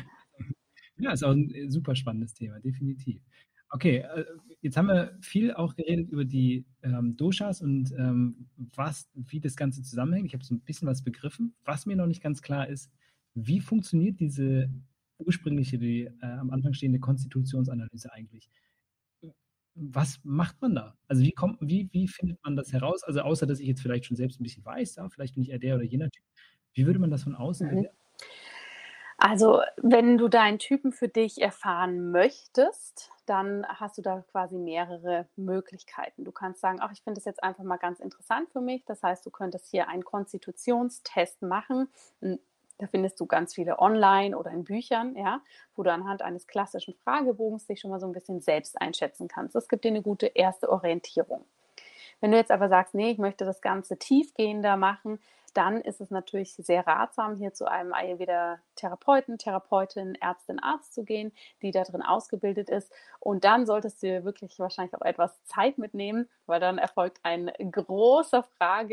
Ja, ist auch ein äh, super spannendes Thema, definitiv. Okay, äh, jetzt haben wir viel auch geredet über die ähm, Doshas und ähm, was, wie das Ganze zusammenhängt. Ich habe so ein bisschen was begriffen. Was mir noch nicht ganz klar ist, wie funktioniert diese ursprüngliche, die äh, am Anfang stehende Konstitutionsanalyse eigentlich. Was macht man da? Also wie kommt, wie, wie findet man das heraus? Also außer, dass ich jetzt vielleicht schon selbst ein bisschen weiß, ja, vielleicht bin ich eher der oder jener Typ. Wie würde man das von außen Mhm. bewerten? Also, wenn du deinen Typen für dich erfahren möchtest, dann hast du da quasi mehrere Möglichkeiten. Du kannst sagen: „Ach, ich finde das jetzt einfach mal ganz interessant für mich.“ Das heißt, du könntest hier einen Konstitutionstest machen. Hm, da findest du ganz viele online oder in Büchern, ja, wo du anhand eines klassischen Fragebogens dich schon mal so ein bisschen selbst einschätzen kannst. Das gibt dir eine gute erste Orientierung. Wenn du jetzt aber sagst: „Nee, ich möchte das Ganze tiefgehender machen“, dann ist es natürlich sehr ratsam, hier zu einem Ayurveda-Therapeuten, Therapeutin, Ärztin, Arzt zu gehen, die da drin ausgebildet ist. Und dann solltest du dir wirklich wahrscheinlich auch etwas Zeit mitnehmen, weil dann erfolgt ein großer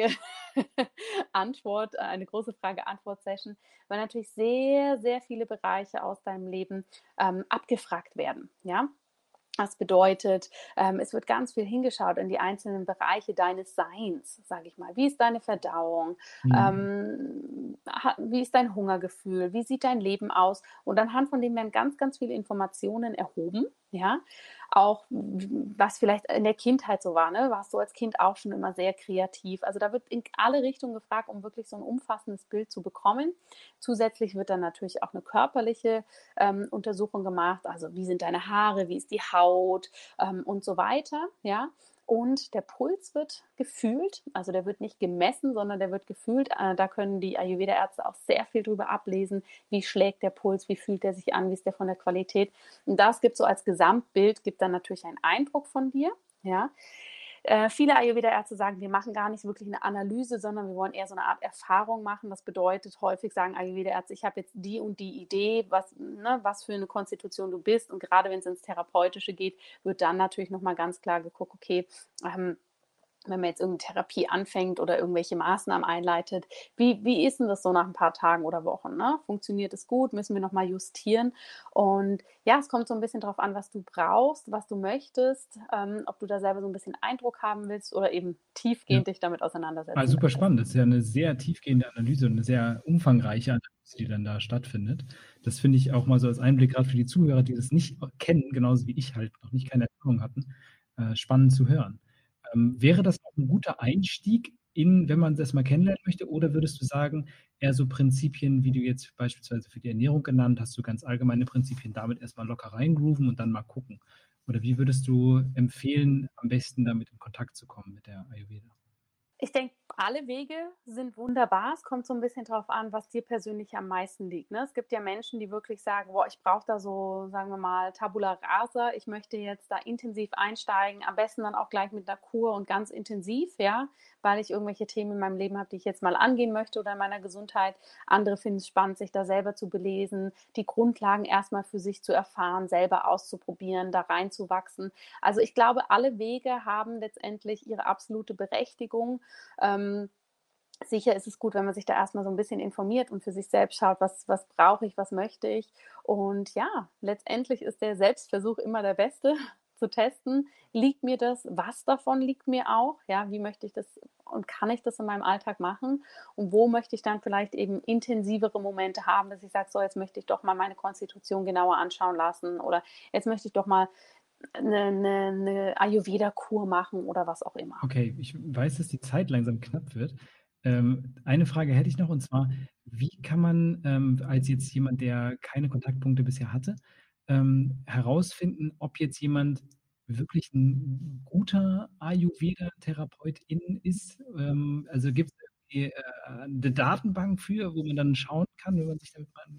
Frage-Antwort eine große Frage-Antwort-Session, weil natürlich sehr, sehr viele Bereiche aus deinem Leben, ähm, abgefragt werden, ja? Das bedeutet, ähm, es wird ganz viel hingeschaut in die einzelnen Bereiche deines Seins, sage ich mal. Wie ist deine Verdauung? Mhm. Ähm, ha wie ist dein Hungergefühl? Wie sieht dein Leben aus? Und anhand von dem werden ganz, ganz viele Informationen erhoben, ja. Auch w was vielleicht in der Kindheit so war, ne? Warst du als Kind auch schon immer sehr kreativ? Also, da wird in alle Richtungen gefragt, um wirklich so ein umfassendes Bild zu bekommen. Zusätzlich wird dann natürlich auch eine körperliche ähm, Untersuchung gemacht. Also wie sind deine Haare, wie ist die Haut ähm, und so weiter. Ja. Und der Puls wird gefühlt, also der wird nicht gemessen, sondern der wird gefühlt. Äh, da können die Ayurveda-Ärzte auch sehr viel drüber ablesen, wie schlägt der Puls, wie fühlt der sich an, wie ist der von der Qualität. Und das gibt so als Gesamtbild, gibt dann natürlich einen Eindruck von dir. Ja. Äh, viele Ayurveda-Ärzte sagen, wir machen gar nicht wirklich eine Analyse, sondern wir wollen eher so eine Art Erfahrung machen. Das bedeutet, häufig sagen Ayurveda-Ärzte, ich habe jetzt die und die Idee, was, ne, was für eine Konstitution du bist. Und gerade wenn es ins Therapeutische geht, wird dann natürlich nochmal ganz klar geguckt, okay, ähm, wenn man jetzt irgendeine Therapie anfängt oder irgendwelche Maßnahmen einleitet, wie, wie ist denn das so nach ein paar Tagen oder Wochen? Ne? Funktioniert es gut? Müssen wir nochmal justieren? Und ja, es kommt so ein bisschen darauf an, was du brauchst, was du möchtest, ähm, ob du da selber so ein bisschen Eindruck haben willst oder eben Ja. tiefgehend dich damit Ah, auseinandersetzen super möchtest. spannend. Das ist ja eine sehr tiefgehende Analyse und eine sehr umfangreiche Analyse, die dann da stattfindet. Das finde ich auch mal so als Einblick, gerade für die Zuhörer, die das nicht kennen, genauso wie ich halt noch nicht keine Erfahrung hatten, äh, spannend zu hören. Ähm, wäre das auch ein guter Einstieg in, wenn man das mal kennenlernen möchte, oder würdest du sagen, eher so Prinzipien, wie du jetzt beispielsweise für die Ernährung genannt hast, so ganz allgemeine Prinzipien, damit erstmal locker reingrooven und dann mal gucken? Oder wie würdest du empfehlen, am besten damit in Kontakt zu kommen mit der Ayurveda? Ich denke, alle Wege sind wunderbar. Es kommt so ein bisschen drauf an, was dir persönlich am meisten liegt, ne? Es gibt ja Menschen, die wirklich sagen: „Boah, ich brauche da so, sagen wir mal, Tabula rasa. Ich möchte jetzt da intensiv einsteigen, am besten dann auch gleich mit 'ner Kur und ganz intensiv, ja, weil ich irgendwelche Themen in meinem Leben habe, die ich jetzt mal angehen möchte oder in meiner Gesundheit.“ Andere finden es spannend, sich da selber zu belesen, die Grundlagen erst mal für sich zu erfahren, selber auszuprobieren, da reinzuwachsen. Also, ich glaube, alle Wege haben letztendlich ihre absolute Berechtigung. Ähm, sicher ist es gut, wenn man sich da erstmal so ein bisschen informiert und für sich selbst schaut, was was brauche ich, was möchte ich? Und ja, letztendlich ist der Selbstversuch immer der beste, zu testen: Liegt mir das? Was davon liegt mir auch? Ja, wie möchte ich das und kann ich das in meinem Alltag machen? Und wo möchte ich dann vielleicht eben intensivere Momente haben, dass ich sage: „So, jetzt möchte ich doch mal meine Konstitution genauer anschauen lassen“ oder „jetzt möchte ich doch mal eine 'ne 'ne Ayurveda-Kur machen“ oder was auch immer. Okay, ich weiß, dass die Zeit langsam knapp wird. Ähm, eine Frage hätte ich noch, und zwar, wie kann man, ähm, als jetzt jemand, der keine Kontaktpunkte bisher hatte, ähm, herausfinden, ob jetzt jemand wirklich ein guter Ayurveda-Therapeutin ist? Ähm, also gibt es irgendwie äh, eine Datenbank für, wo man dann schauen kann, wenn man sich damit mal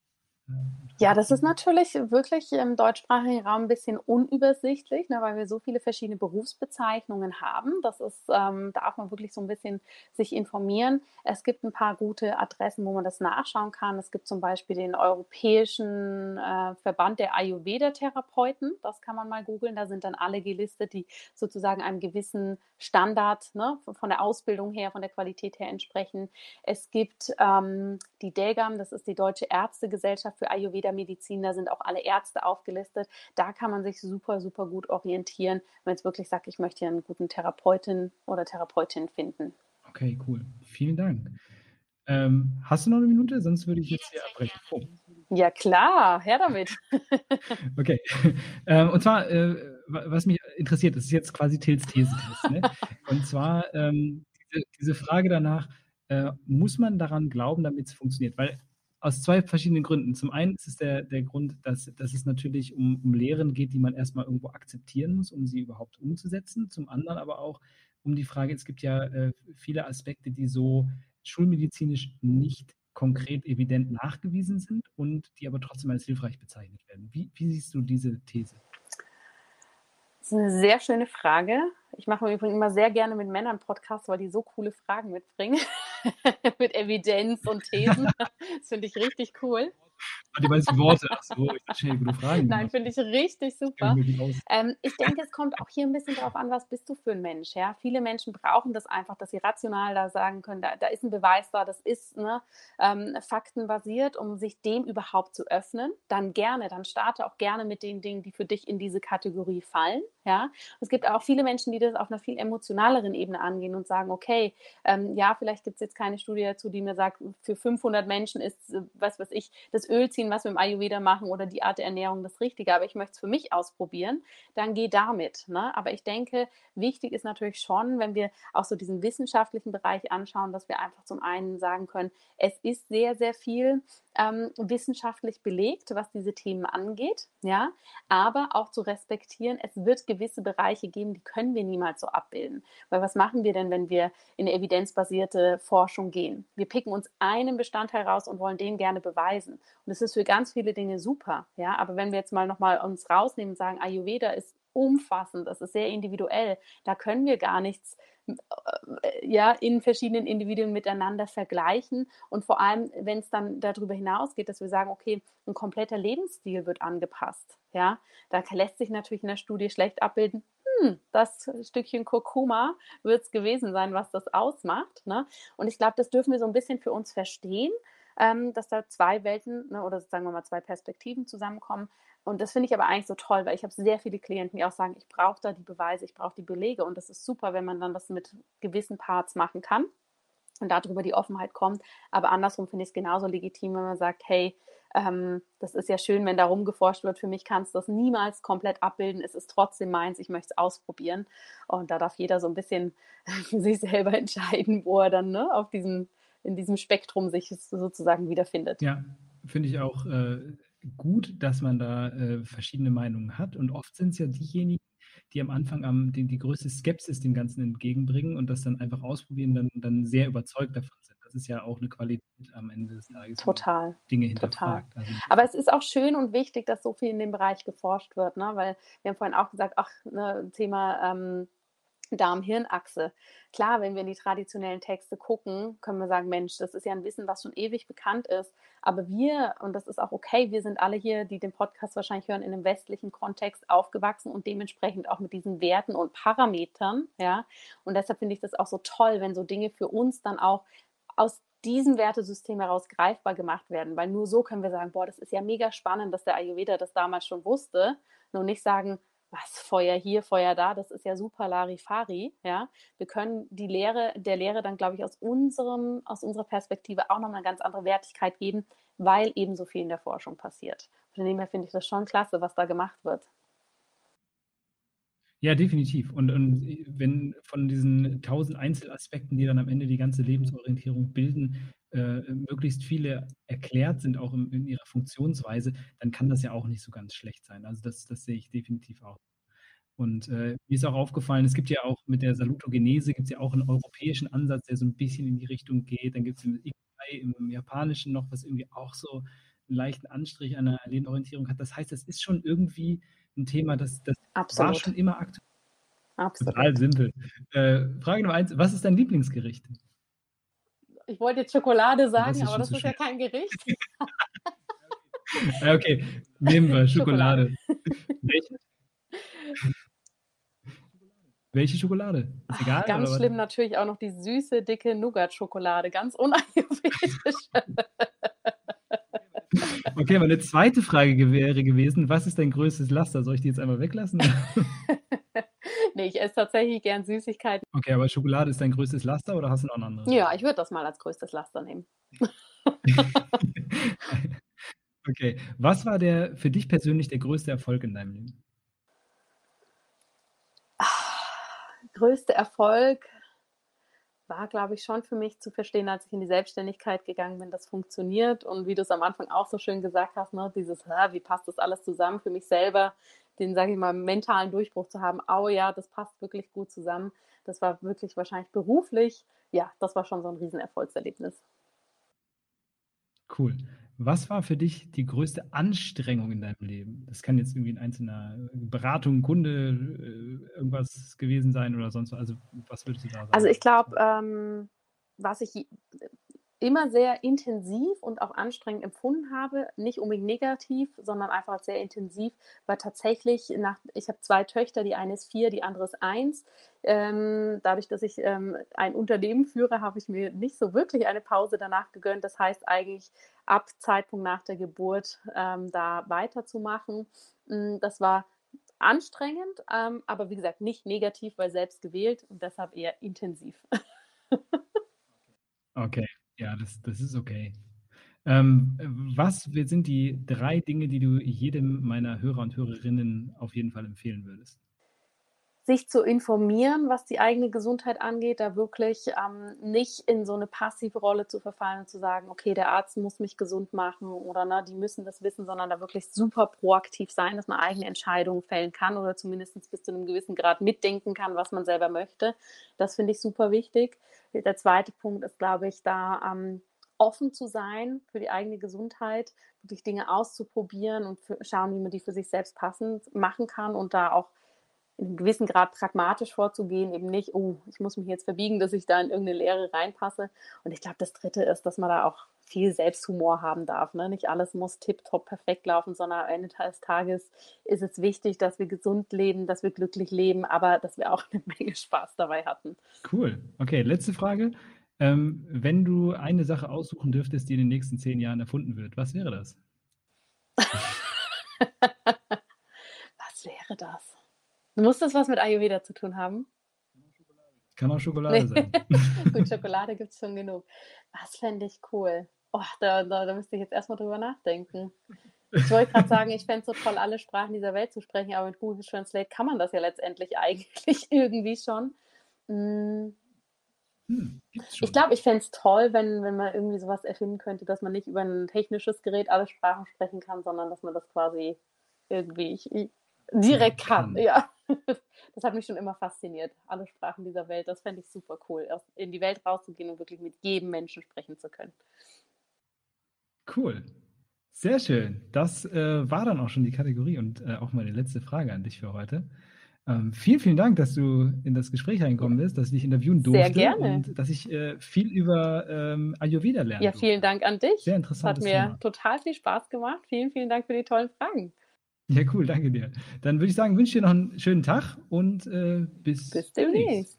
äh, Ja, interessiert? das ist natürlich wirklich im deutschsprachigen Raum ein bisschen unübersichtlich, ne, weil wir so viele verschiedene Berufsbezeichnungen haben. Das ist ähm, darf man wirklich so ein bisschen sich informieren. Es gibt ein paar gute Adressen, wo man das nachschauen kann. Es gibt zum Beispiel den Europäischen, äh, Verband der Ayurveda-Therapeuten. Das kann man mal googeln. Da sind dann alle gelistet, die sozusagen einem gewissen Standard, ne, von der Ausbildung her, von der Qualität her entsprechen. Es gibt ähm, die DEGAM, das ist die Deutsche Ärztegesellschaft für Ayurveda-Medizin, da sind auch alle Ärzte aufgelistet. Da kann man sich super, super gut orientieren, wenn man jetzt wirklich sagt, ich möchte hier einen guten Therapeutin oder Therapeutin finden. Okay, cool. Vielen Dank. Ähm, hast du noch eine Minute? Sonst würde ich jetzt hier abbrechen. Oh. Ja klar, her damit. Okay. Ähm, und zwar, äh, was mich interessiert, das ist jetzt quasi Tills Thesentest. Ne? Und zwar ähm, diese, diese Frage danach, äh, muss man daran glauben, damit es funktioniert? Weil aus zwei verschiedenen Gründen. Zum einen ist es der, der Grund, dass, dass es natürlich um, um Lehren geht, die man erstmal irgendwo akzeptieren muss, um sie überhaupt umzusetzen. Zum anderen aber auch um die Frage, es gibt ja äh, viele Aspekte, die so schulmedizinisch nicht konkret evident nachgewiesen sind und die aber trotzdem als hilfreich bezeichnet werden. Wie, wie siehst du diese These? Das ist eine sehr schöne Frage. Ich mache im Übrigen immer sehr gerne mit Männern Podcasts, weil die so coole Fragen mitbringen. Mit Evidenz und Thesen. Das finde ich richtig cool. Die meisten Worte. Ach so, ich verstehe gute Fragen. Nein, finde ich richtig super. Ähm, ich denke, es kommt auch hier ein bisschen darauf an, was bist du für ein Mensch. Ja? Viele Menschen brauchen das einfach, dass sie rational da sagen können, da, da ist ein Beweis da, das ist ne, ähm, faktenbasiert, um sich dem überhaupt zu öffnen. Dann gerne, dann starte auch gerne mit den Dingen, die für dich in diese Kategorie fallen. Ja? Es gibt auch viele Menschen, die das auf einer viel emotionaleren Ebene angehen und sagen, okay, ähm, ja, vielleicht gibt es jetzt keine Studie dazu, die mir sagt, für fünfhundert Menschen ist, äh, was weiß ich, das Ölziehen, was wir im Ayurveda machen oder die Art der Ernährung das Richtige, aber ich möchte es für mich ausprobieren, dann geh damit. Ne? Aber ich denke, wichtig ist natürlich schon, wenn wir auch so diesen wissenschaftlichen Bereich anschauen, dass wir einfach zum einen sagen können, es ist sehr, sehr viel ähm, wissenschaftlich belegt, was diese Themen angeht, ja, aber auch zu respektieren, es wird gewisse Bereiche geben, die können wir niemals so abbilden. Weil was machen wir denn, wenn wir in eine evidenzbasierte Forschung gehen? Wir picken uns einen Bestandteil raus und wollen den gerne beweisen. Und das ist für ganz viele Dinge super, ja, aber wenn wir jetzt mal nochmal uns rausnehmen und sagen, Ayurveda ist umfassend, das ist sehr individuell, da können wir gar nichts ja, in verschiedenen Individuen miteinander vergleichen und vor allem, wenn es dann darüber hinausgeht, dass wir sagen, okay, ein kompletter Lebensstil wird angepasst, ja, da lässt sich natürlich in der Studie schlecht abbilden, hm, das Stückchen Kurkuma wird es gewesen sein, was das ausmacht, ne? Und ich glaube, das dürfen wir so ein bisschen für uns verstehen, ähm, dass da zwei Welten, ne, oder sagen wir mal zwei Perspektiven zusammenkommen. Und das finde ich aber eigentlich so toll, weil ich habe sehr viele Klienten, die auch sagen, ich brauche da die Beweise, ich brauche die Belege. Und das ist super, wenn man dann das mit gewissen Parts machen kann und darüber die Offenheit kommt. Aber andersrum finde ich es genauso legitim, wenn man sagt, hey, ähm, das ist ja schön, wenn da rumgeforscht wird. Für mich kannst du das niemals komplett abbilden. Es ist trotzdem meins, ich möchte es ausprobieren. Und da darf jeder so ein bisschen für sich selber entscheiden, wo er dann ne, auf diesem, in diesem Spektrum sich sozusagen wiederfindet. Ja, finde ich auch äh, gut, dass man da äh, verschiedene Meinungen hat. Und oft sind es ja diejenigen, die am Anfang am, die, die größte Skepsis dem Ganzen entgegenbringen und das dann einfach ausprobieren, dann, dann sehr überzeugt davon sind. Das ist ja auch eine Qualität am Ende des Tages. Total. Dinge hinterfragt. Total. Also, aber es ist auch schön und wichtig, dass so viel in dem Bereich geforscht wird, ne? Weil wir haben vorhin auch gesagt, ach, ne, Thema ähm, Darm-Hirn-Achse. Klar, wenn wir in die traditionellen Texte gucken, können wir sagen, Mensch, das ist ja ein Wissen, was schon ewig bekannt ist. Aber wir, und das ist auch okay, wir sind alle hier, die den Podcast wahrscheinlich hören, in einem westlichen Kontext aufgewachsen und dementsprechend auch mit diesen Werten und Parametern. Ja? Und deshalb finde ich das auch so toll, wenn so Dinge für uns dann auch aus diesem Wertesystem heraus greifbar gemacht werden. Weil nur so können wir sagen, boah, das ist ja mega spannend, dass der Ayurveda das damals schon wusste. Nur nicht sagen, was, Feuer hier, Feuer da, das ist ja super Larifari, ja. Wir können die Lehre, der Lehre dann, glaube ich, aus unserem, aus unserer Perspektive auch nochmal eine ganz andere Wertigkeit geben, weil eben so viel in der Forschung passiert. Von dem her finde ich das schon klasse, was da gemacht wird. Ja, definitiv. Und, und wenn von diesen tausend Einzelaspekten, die dann am Ende die ganze Lebensorientierung bilden, äh, möglichst viele erklärt sind, auch in, in ihrer Funktionsweise, dann kann das ja auch nicht so ganz schlecht sein. Also das, das sehe ich definitiv auch. Und äh, mir ist auch aufgefallen, es gibt ja auch mit der Salutogenese, gibt es ja auch einen europäischen Ansatz, der so ein bisschen in die Richtung geht. Dann gibt es im Ikigai, im Japanischen noch, was irgendwie auch so einen leichten Anstrich an der Lebensorientierung hat. Das heißt, es ist schon irgendwie ein Thema, das, das war schon immer aktuell. Absolut. Total simpel. Äh, Frage Nummer eins, was ist dein Lieblingsgericht? Ich wollte jetzt Schokolade sagen, das aber das ist schwer. Ja kein Gericht. Okay, nehmen wir Schokolade. Schokolade. Welche? Welche Schokolade? Ist egal, Ach, ganz schlimm natürlich auch noch die süße, dicke Nougat-Schokolade. Ganz unayurvedisch. Okay, meine zweite Frage wäre gewesen, was ist dein größtes Laster? Soll ich die jetzt einmal weglassen? Nee, ich esse tatsächlich gern Süßigkeiten. Okay, aber Schokolade ist dein größtes Laster oder hast du noch ein anderes? Ja, ich würde das mal als größtes Laster nehmen. Okay, Okay. Was war der für dich persönlich der größte Erfolg in deinem Leben? Größte Erfolg war, glaube ich, schon für mich zu verstehen, als ich in die Selbstständigkeit gegangen bin, das funktioniert. Und wie du es am Anfang auch so schön gesagt hast, ne, dieses, wie passt das alles zusammen, für mich selber den, sage ich mal, mentalen Durchbruch zu haben, oh ja, das passt wirklich gut zusammen. Das war wirklich wahrscheinlich beruflich, ja, das war schon so ein Riesenerfolgserlebnis. Cool. Was war für dich die größte Anstrengung in deinem Leben? Das kann jetzt irgendwie ein einzelner Beratung, Kunde, äh, irgendwas gewesen sein oder sonst was. Also was würdest du da sagen? Also ich glaube, ähm, was ich immer sehr intensiv und auch anstrengend empfunden habe, nicht unbedingt negativ, sondern einfach sehr intensiv, war tatsächlich, nach, ich habe zwei Töchter, die eine ist vier, die andere ist eins. Ähm, dadurch, dass ich ähm, ein Unternehmen führe, habe ich mir nicht so wirklich eine Pause danach gegönnt. Das heißt eigentlich ab Zeitpunkt nach der Geburt ähm, da weiterzumachen. Das war anstrengend, ähm, aber wie gesagt, nicht negativ, weil selbst gewählt und deshalb eher intensiv. Okay, ja, das, das ist okay. Ähm, was sind die drei Dinge, die du jedem meiner Hörer und Hörerinnen auf jeden Fall empfehlen würdest? Sich zu informieren, was die eigene Gesundheit angeht, da wirklich ähm, nicht in so eine passive Rolle zu verfallen und zu sagen, okay, der Arzt muss mich gesund machen oder ne, die müssen das wissen, sondern da wirklich super proaktiv sein, dass man eigene Entscheidungen fällen kann oder zumindest bis zu einem gewissen Grad mitdenken kann, was man selber möchte. Das finde ich super wichtig. Der zweite Punkt ist, glaube ich, da ähm, offen zu sein für die eigene Gesundheit, wirklich Dinge auszuprobieren und für, schauen, wie man die für sich selbst passend machen kann und da auch in einem gewissen Grad pragmatisch vorzugehen, eben nicht, oh, ich muss mich jetzt verbiegen, dass ich da in irgendeine Lehre reinpasse. Und ich glaube, das Dritte ist, dass man da auch viel Selbsthumor haben darf. Ne? Nicht alles muss tipptopp perfekt laufen, sondern am Ende des Tages ist es wichtig, dass wir gesund leben, dass wir glücklich leben, aber dass wir auch eine Menge Spaß dabei hatten. Cool. Okay, letzte Frage. Ähm, wenn du eine Sache aussuchen dürftest, die in den nächsten zehn Jahren erfunden wird, was wäre das? Was wäre das? Muss das was mit Ayurveda zu tun haben? Kann auch Schokolade sein. Gut, Schokolade gibt es schon genug. Was fände ich cool? Oh, da, da, da müsste ich jetzt erstmal drüber nachdenken. Ich wollte gerade sagen, ich fände es so toll, alle Sprachen dieser Welt zu sprechen, aber mit Google Translate kann man das ja letztendlich eigentlich irgendwie schon. Hm. Hm, ich glaube, ich fände es toll, wenn, wenn man irgendwie sowas erfinden könnte, dass man nicht über ein technisches Gerät alle Sprachen sprechen kann, sondern dass man das quasi irgendwie ich, ich, direkt kann. kann. Ja. Das hat mich schon immer fasziniert. Alle Sprachen dieser Welt, das fände ich super cool, in die Welt rauszugehen und wirklich mit jedem Menschen sprechen zu können. Cool. Sehr schön. Das äh, war dann auch schon die Kategorie und äh, auch meine letzte Frage an dich für heute. Ähm, vielen, vielen Dank, dass du in das Gespräch reingekommen bist, dass ich dich interviewen durfte. Sehr gerne. Und dass ich äh, viel über ähm, Ayurveda lernen Ja, vielen durfte. Dank an dich. Sehr interessant. Hat mir Thema. total viel Spaß gemacht. Vielen, vielen Dank für die tollen Fragen. Ja, cool, danke dir. Dann würde ich sagen, wünsche dir noch einen schönen Tag und äh, bis, bis demnächst.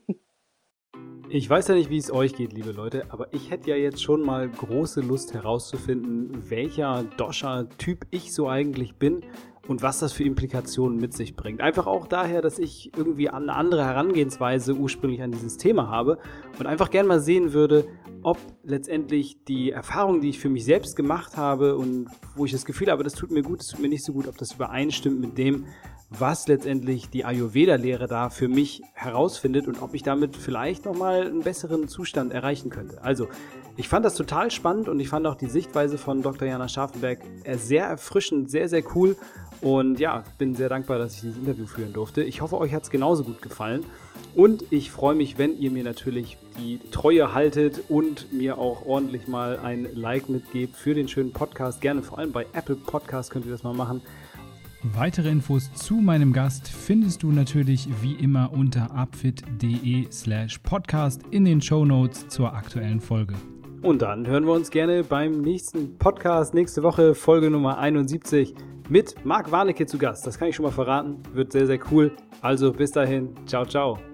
Ich weiß ja nicht, wie es euch geht, liebe Leute, aber ich hätte ja jetzt schon mal große Lust herauszufinden, welcher Dosha-Typ ich so eigentlich bin und was das für Implikationen mit sich bringt. Einfach auch daher, dass ich irgendwie eine andere Herangehensweise ursprünglich an dieses Thema habe und einfach gerne mal sehen würde, ob letztendlich die Erfahrung, die ich für mich selbst gemacht habe und wo ich das Gefühl habe, das tut mir gut, das tut mir nicht so gut, ob das übereinstimmt mit dem, was letztendlich die Ayurveda-Lehre da für mich herausfindet und ob ich damit vielleicht nochmal einen besseren Zustand erreichen könnte. Also, ich fand das total spannend und ich fand auch die Sichtweise von Doktor Jana Scharfenberg sehr erfrischend, sehr, sehr cool und ja, bin sehr dankbar, dass ich dieses Interview führen durfte. Ich hoffe, euch hat es genauso gut gefallen und ich freue mich, wenn ihr mir natürlich die Treue haltet und mir auch ordentlich mal ein Like mitgebt für den schönen Podcast. Gerne, vor allem bei Apple Podcast könnt ihr das mal machen. Weitere Infos zu meinem Gast findest du natürlich wie immer unter upfit.de slash podcast in den Shownotes zur aktuellen Folge. Und dann hören wir uns gerne beim nächsten Podcast, nächste Woche, Folge Nummer einundsiebzig mit Marc Warnecke zu Gast. Das kann ich schon mal verraten, wird sehr, sehr cool. Also bis dahin, ciao, ciao.